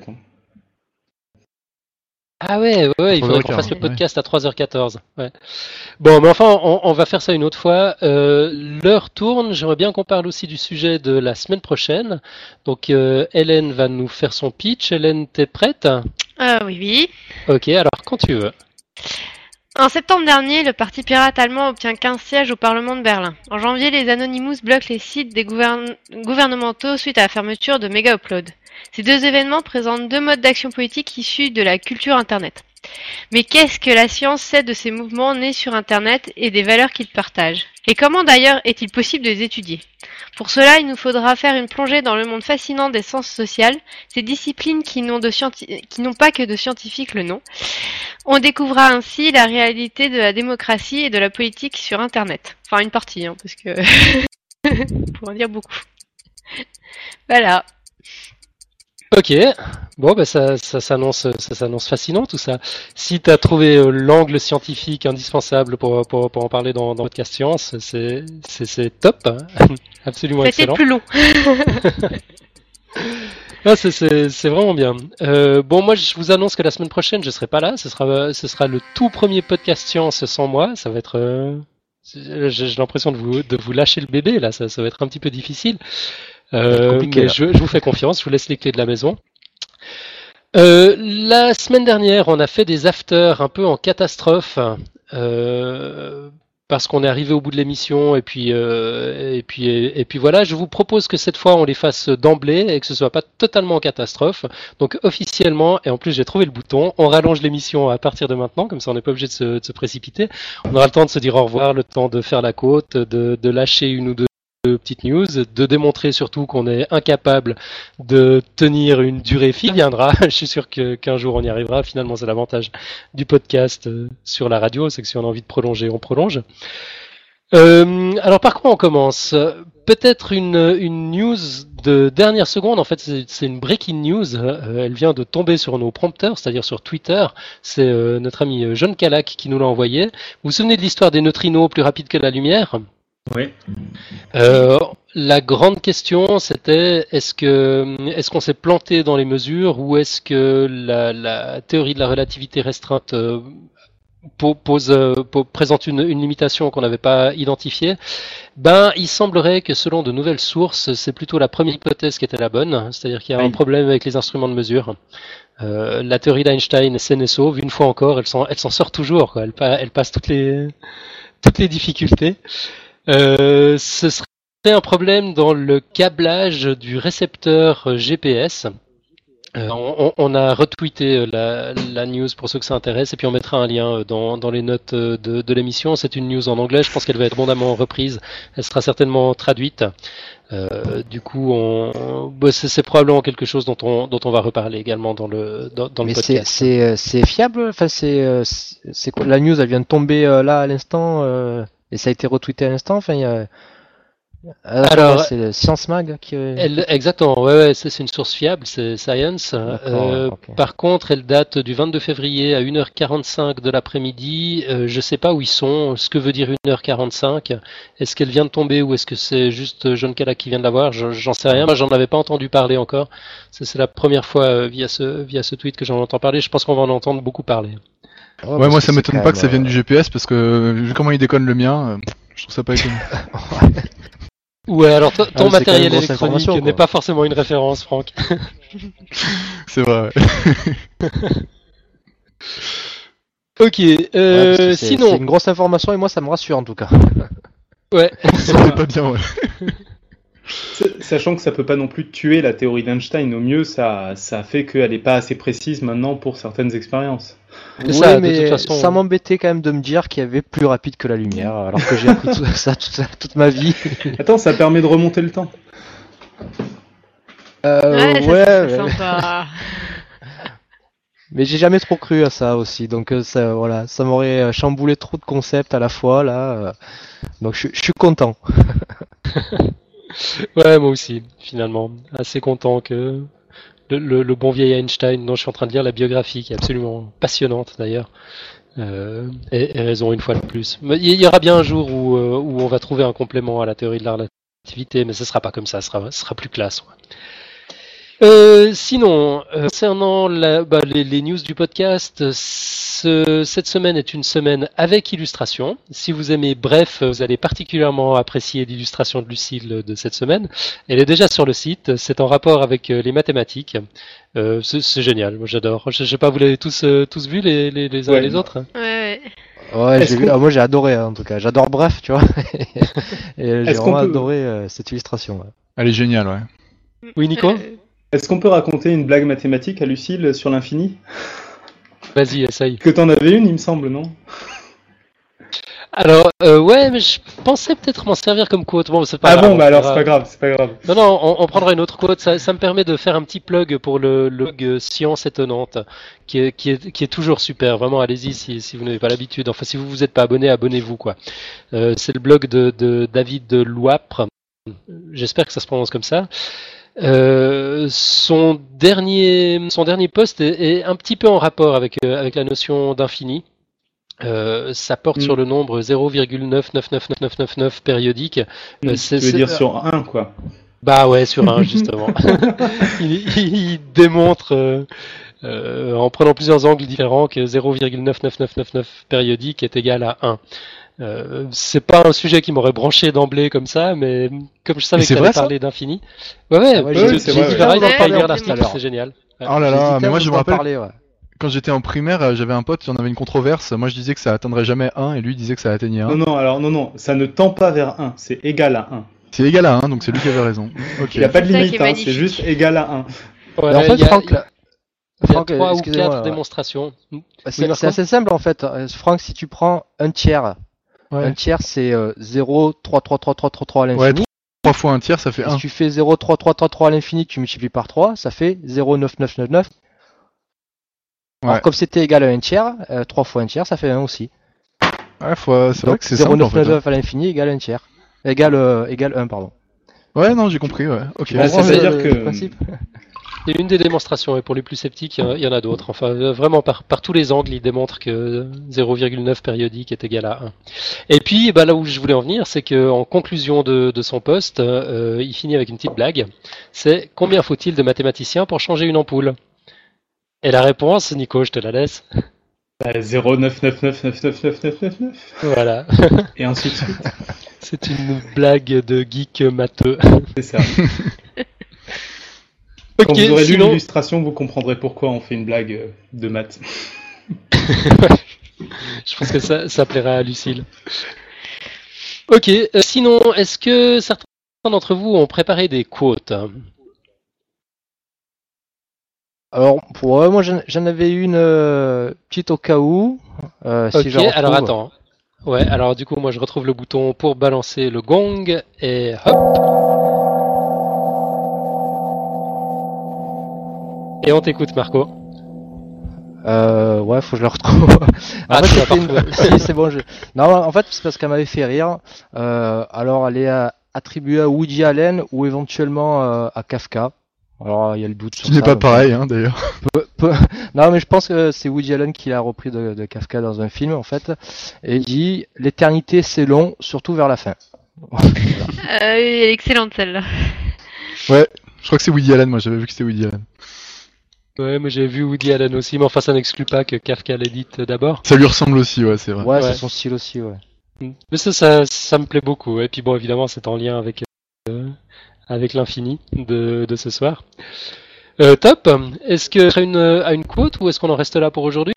Ah ouais, ouais, ouais, il faudrait qu'on trois heures quinze, fasse le ouais. podcast à trois heures quatorze. Ouais. Bon, mais enfin, on, on va faire ça une autre fois. Euh, l'heure tourne. J'aimerais bien qu'on parle aussi du sujet de la semaine prochaine. Donc, euh, Hélène va nous faire son pitch. Hélène, t'es prête? Ah oui, oui. Ok, alors quand tu veux. En septembre dernier, le parti pirate allemand obtient quinze sièges au Parlement de Berlin. En janvier, les Anonymous bloquent les sites des gouvern- gouvernementaux suite à la fermeture de Mega Upload. Ces deux événements présentent deux modes d'action politique issus de la culture Internet. Mais qu'est-ce que la science sait de ces mouvements nés sur Internet et des valeurs qu'ils partagent? Et comment d'ailleurs est-il possible de les étudier? Pour cela, il nous faudra faire une plongée dans le monde fascinant des sciences sociales, ces disciplines qui n'ont, de scienti- qui n'ont pas que de scientifiques le nom. On découvrira ainsi la réalité de la démocratie et de la politique sur Internet. Enfin, une partie, hein, parce que... pour en dire beaucoup. Voilà. Ok, bon, bah ça, ça s'annonce, ça s'annonce fascinant tout ça. Si tu as trouvé euh, l'angle scientifique indispensable pour, pour, pour en parler dans, dans Podcast Science, c'est, c'est, c'est top, hein. Absolument C'était excellent. plus long. Ah, c'est, c'est, c'est vraiment bien. Euh, bon, moi, je vous annonce que la semaine prochaine, je serai pas là. Ce sera, ce sera le tout premier Podcast Science sans moi. Ça va être, euh, j'ai, j'ai l'impression de vous, de vous lâcher le bébé là. Ça, ça va être un petit peu difficile. Euh, compliqué, mais là. je, je vous fais confiance. Je vous laisse les clés de la maison. Euh, la semaine dernière, on a fait des afters un peu en catastrophe. Euh, parce qu'on est arrivé au bout de l'émission et puis euh, et puis et, et puis voilà, je vous propose que cette fois on les fasse d'emblée et que ce soit pas totalement en catastrophe. Donc officiellement, et en plus j'ai trouvé le bouton, on rallonge l'émission à partir de maintenant, comme ça on n'est pas obligé de se, de se précipiter. On aura le temps de se dire au revoir, le temps de faire la côte, de, de lâcher une ou deux petites news, de démontrer surtout qu'on est incapable de tenir une durée fixe. Viendra, je suis sûr que, qu'un jour on y arrivera. Finalement, c'est l'avantage du podcast euh, sur la radio, c'est que si on a envie de prolonger, on prolonge. Euh, alors par quoi on commence? Peut-être une, une news de dernière seconde. En fait, c'est, c'est une breaking news. Euh, elle vient de tomber sur nos prompteurs, c'est-à-dire sur Twitter. C'est euh, notre ami John Calac qui nous l'a envoyé. Vous vous souvenez de l'histoire des neutrinos plus rapides que la lumière? Oui. Euh, la grande question, c'était est-ce que est-ce qu'on s'est planté dans les mesures ou est-ce que la, la théorie de la relativité restreinte euh, pose, euh, présente une, une limitation qu'on n'avait pas identifiée? Ben, il semblerait que selon de nouvelles sources, c'est plutôt la première hypothèse qui était la bonne, c'est-à-dire qu'il y a Oui. un problème avec les instruments de mesure. Euh, la théorie d'Einstein saine et sauve, une fois encore, elle s'en, elle s'en sort toujours, quoi. Elle, pa- elle passe toutes les toutes les difficultés. Euh, ce serait un problème dans le câblage du récepteur G P S. Euh, on, on a retweeté la, la news pour ceux que ça intéresse et puis on mettra un lien dans, dans les notes de, de l'émission. C'est une news en anglais, je pense qu'elle va être abondamment reprise. Elle sera certainement traduite. Euh, du coup, on, bah, c'est, c'est probablement quelque chose dont on, dont on va reparler également dans le, dans, dans le Mais podcast. c'est, c'est, c'est fiable. Enfin, c'est, c'est, c'est quoi, la news, elle vient de tomber euh, là à l'instant euh, et ça a été retweeté à l'instant. Enfin, il y a... Alors, c'est le Science Mag qui. Elle, exactement, ouais, ouais, c'est, c'est une source fiable, c'est Science. Euh, okay. Par contre, elle date du vingt-deux février à une heure quarante-cinq de l'après-midi. Euh, je sais pas où ils sont. Ce que veut dire une heure quarante-cinq? Est-ce qu'elle vient de tomber ou est-ce que c'est juste John Calac qui vient de la voir? Je, J'en sais rien. Moi, j'en avais pas entendu parler encore. C'est, c'est la première fois euh, via ce via ce tweet que j'en entends parler. Je pense qu'on va en entendre beaucoup parler. Ouais, ouais moi, ça m'étonne pas même... que ça vienne du G P S parce que vu comment il déconne le mien, euh, je trouve ça pas étonnant. Ouais, alors t- ton ah, matériel électronique n'est pas forcément une référence, Franck. C'est vrai. Ouais. Ok, euh, ouais, c'est, sinon... C'est une grosse information et moi ça me rassure en tout cas. Ouais. C'est pas bien, ouais. Sachant que ça peut pas non plus tuer la théorie d'Einstein, au mieux ça, ça fait qu'elle n'est pas assez précise maintenant pour certaines expériences. Oui, ça, mais de toute façon... ça m'embêtait quand même de me dire qu'il y avait plus rapide que la lumière, alors que j'ai appris tout ça toute, toute ma vie. Attends, ça permet de remonter le temps. Euh, ouais, ça, ouais, c'est ouais. sympa. Mais j'ai jamais trop cru à ça aussi, donc ça, voilà, ça m'aurait chamboulé trop de concepts à la fois là. Donc je, je suis content. Ouais, moi aussi, finalement, assez content que le, le, le bon vieil Einstein, dont je suis en train de lire la biographie, qui est absolument passionnante d'ailleurs, euh, ait, ait raison une fois de plus. Mais il y aura bien un jour où, euh, où on va trouver un complément à la théorie de la relativité, mais ce sera pas comme ça, ce sera, ce sera plus classe. Ouais. Euh, sinon, euh, concernant la, bah, les, les news du podcast, ce, cette semaine est une semaine avec illustration. Si vous aimez Bref, vous allez particulièrement apprécier l'illustration de Lucille de cette semaine. Elle est déjà sur le site, c'est en rapport avec euh, les mathématiques. Euh, c'est, c'est génial, moi j'adore. Je, je sais pas, vous l'avez tous, euh, tous vu les, les, les uns ouais. et les autres? Ouais, ouais. Ouais, j'ai vu, ah, moi j'ai adoré hein, en tout cas. J'adore Bref, tu vois. Et j'ai Est-ce vraiment qu'on peut... adoré euh, cette illustration. Ouais. Elle est géniale, ouais. Oui, Nico? Euh... Est-ce qu'on peut raconter une blague mathématique à Lucille sur l'infini? Vas-y, essaye. Que t'en avais une, il me semble, non? Alors, euh, ouais, mais je pensais peut-être m'en servir comme quote. Bon, c'est pas ah grave, bon, bah alors verra. c'est pas grave, c'est pas grave. Non, non, on, on prendra une autre quote. Ça, ça me permet de faire un petit plug pour le, le blog Science Étonnante, qui est, qui est, qui est toujours super. Vraiment, allez-y si, si vous n'avez pas l'habitude. Enfin, si vous vous êtes pas abonné, abonnez-vous, quoi. Euh, c'est le blog de, de David de Louapre. J'espère que ça se prononce comme ça. Euh, son dernier, son dernier post est, est un petit peu en rapport avec, euh, avec la notion d'infini. Euh, ça porte mm. sur le nombre zéro virgule neuf neuf neuf neuf neuf neuf neuf périodique. Mm, euh, c'est, tu veux c'est... dire sur un, quoi. Bah ouais, sur un, justement. il, il démontre, euh, euh, en prenant plusieurs angles différents, que zéro virgule neuf neuf neuf neuf neuf périodique est égal à un. Euh, c'est pas un sujet qui m'aurait branché d'emblée comme ça, mais comme je savais que t'allais parler d'infini. Ouais, ouais, ouais j'ai, oui, j'ai vrai, dit ouais. pareil, ouais, pas lire ouais, l'article, c'est génial. Ouais. Oh là là, mais moi je me rappelle, parler, ouais. Quand j'étais en primaire, j'avais un pote, on avait une controverse, moi je disais que ça atteindrait jamais un, et lui disait que ça atteignait un. Non, non, alors non, non, ça ne tend pas vers un, c'est égal à un. C'est égal à un, donc c'est lui qui avait raison. Okay. Il n'y a pas de limite, hein, c'est juste égal à un. Ouais, en fait, y a, Franck, là... il y a trois ou quatre ouais. démonstrations. C'est, oui, c'est assez simple en fait. Franck, si tu prends un tiers, ouais. un tiers c'est euh, zéro virgule trois trois trois trois trois trois à l'infini. Ouais. trois fois un tiers, ça fait Et un. si tu fais zéro virgule trois trois trois trois à l'infini, que tu multiplies par trois, ça fait zéro virgule neuf neuf neuf neuf. Ouais. Alors comme c'était égal à un tiers, euh, trois fois un tiers, ça fait un aussi. Ouais, faut... c'est vrai Donc que c'est zéro simple virgule en neuf fait. neuf hein. neuf à l'infini égale un tiers. Égale, euh, égale un, pardon. Ouais, non, j'ai compris, ouais. Ok. Tu Ouais, comprends ça veut le- dire le que- principe C'est une des démonstrations, et pour les plus sceptiques, il y en a- il y en a d'autres. Enfin, euh, vraiment, par, par tous les angles, il démontre que zéro virgule neuf périodique est égal à un. Et puis, bah, là où je voulais en venir, c'est qu'en conclusion de, de son poste, euh, il finit avec une petite blague. C'est combien faut-il de mathématiciens pour changer une ampoule? Et la réponse, Nico, je te la laisse. Bah, zéro virgule neuf neuf neuf neuf neuf neuf neuf neuf neuf. Voilà. Et ainsi de suite. C'est une blague de geek matheux. C'est ça. Ok, Quand vous aurez lu sinon... l'illustration, vous comprendrez pourquoi on fait une blague euh, de maths. Je pense que ça, ça plaira à Lucille. Ok, euh, sinon, est-ce que certains d'entre vous ont préparé des quotes? Alors, pour, ouais, moi j'en j'en avais une euh, petite au cas où. Euh, si Ok, je la retrouve. alors attends. Ouais, alors du coup, moi je retrouve le bouton pour balancer le gong et hop. Et on t'écoute, Marco. Euh, ouais, faut que je la retrouve. En Ah, fait, tu l'as c'était une- pas si, c'est bon. Je... Non, en fait, c'est parce qu'elle m'avait fait rire. Euh, alors, elle est euh, attribuée à Woody Allen ou éventuellement euh, à Kafka. Alors, il y a le doute sur Ce qui n'est ça, pas donc, pareil, hein, d'ailleurs. peu- peu- Non, mais je pense que c'est Woody Allen qui l'a repris de, de Kafka dans un film, en fait. Et il dit l'éternité, c'est long, surtout vers la fin. Euh, elle est excellente celle-là. Ouais, je crois que c'est Woody Allen, moi j'avais vu que c'était Woody Allen. Ouais, mais j'ai vu Woody Allen aussi, mais enfin ça n'exclut pas que Kafka l'édite d'abord. Ça lui ressemble aussi, ouais, c'est vrai. Ouais, Ouais. c'est son style aussi, ouais. Mais ça, ça, ça me plaît beaucoup. Et puis bon, évidemment, c'est en lien avec, euh, avec l'infini de, de ce soir. Euh, top. Est-ce que tu as une, à une quote ou est-ce qu'on en reste là pour aujourd'hui?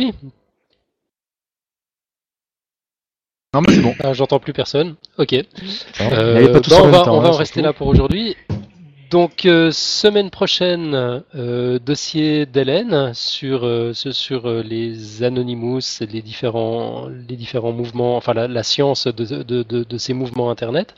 Non, mais c'est bon. Ah, j'entends plus personne. Ok. Non, Euh, n'allez pas tous bah, en on même va, temps, on va hein, en rester surtout. là pour aujourd'hui. Donc, euh, semaine prochaine, euh, dossier d'Hélène sur, euh, ce- sur euh, les Anonymous et les différents, les différents mouvements, enfin la, la science de, de, de, de ces mouvements Internet.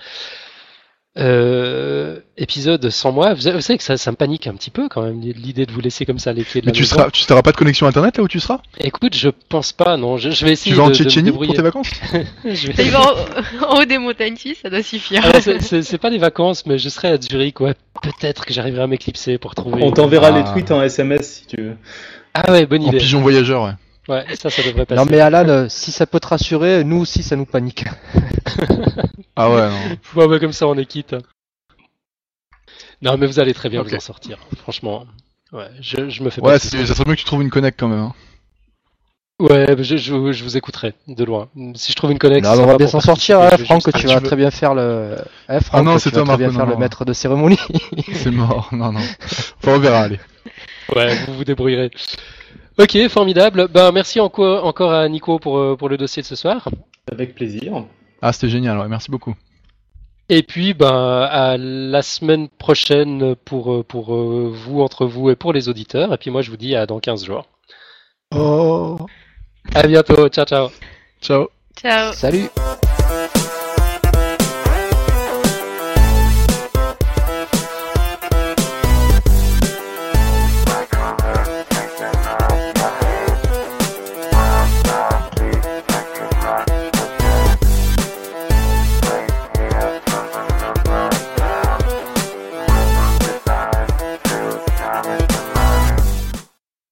Euh, épisode sans moi. Vous, vous savez que ça, ça me panique un petit peu quand même, l'idée de vous laisser comme ça les clés de Mais la tu maison. seras, tu n'auras pas de connexion internet là où tu seras? Écoute, je pense pas, non. Je, je vais essayer Tu vas en de, de me Tchétchénie pour débrouiller. tes vacances? Je vais- Ça y va en, en haut des montagnes suisses, ça doit suffire. Alors, c'est- c'est c'est pas des vacances, mais je serai à Zurich, ouais. Peut-être que j'arriverai à m'éclipser pour trouver. On t'enverra Ah. les tweets en S M S si tu veux. Ah ouais, bonne En idée. pigeon voyageur, ouais. Ouais, ça, ça devrait passer. Non, mais Alan, euh, si ça peut te rassurer, nous aussi, ça nous panique. Ah ouais, non. Ouais, bah, comme ça, on est quitte. Non, mais vous allez très bien Ok. vous en sortir. Franchement, ouais, je, je me fais Ouais, pas. c'est- ça serait mieux que tu trouves une connect quand même. Hein. Ouais, je, je, je vous écouterai de loin. Si je trouve une connexion. Non, mais on va bien s'en sortir, hein, Franck, tu vas tu veux- très bien faire le. Hein, Franck, Ah non, tu c'est vas toi, très bien Marco, faire non, le non. maître de cérémonie. C'est mort, non, non. Enfin, on verra, allez. Ouais, vous vous débrouillerez. Ok, formidable. Ben, merci encore, encore à Nico pour, euh, pour le dossier de ce soir. Avec plaisir. Ah, c'était génial, ouais, merci beaucoup. Et puis, ben, à la semaine prochaine pour, euh, pour euh, vous, entre vous et pour les auditeurs. Et puis moi, je vous dis à dans quinze jours. Oh. À bientôt. Ciao, ciao. Ciao. Ciao. Salut!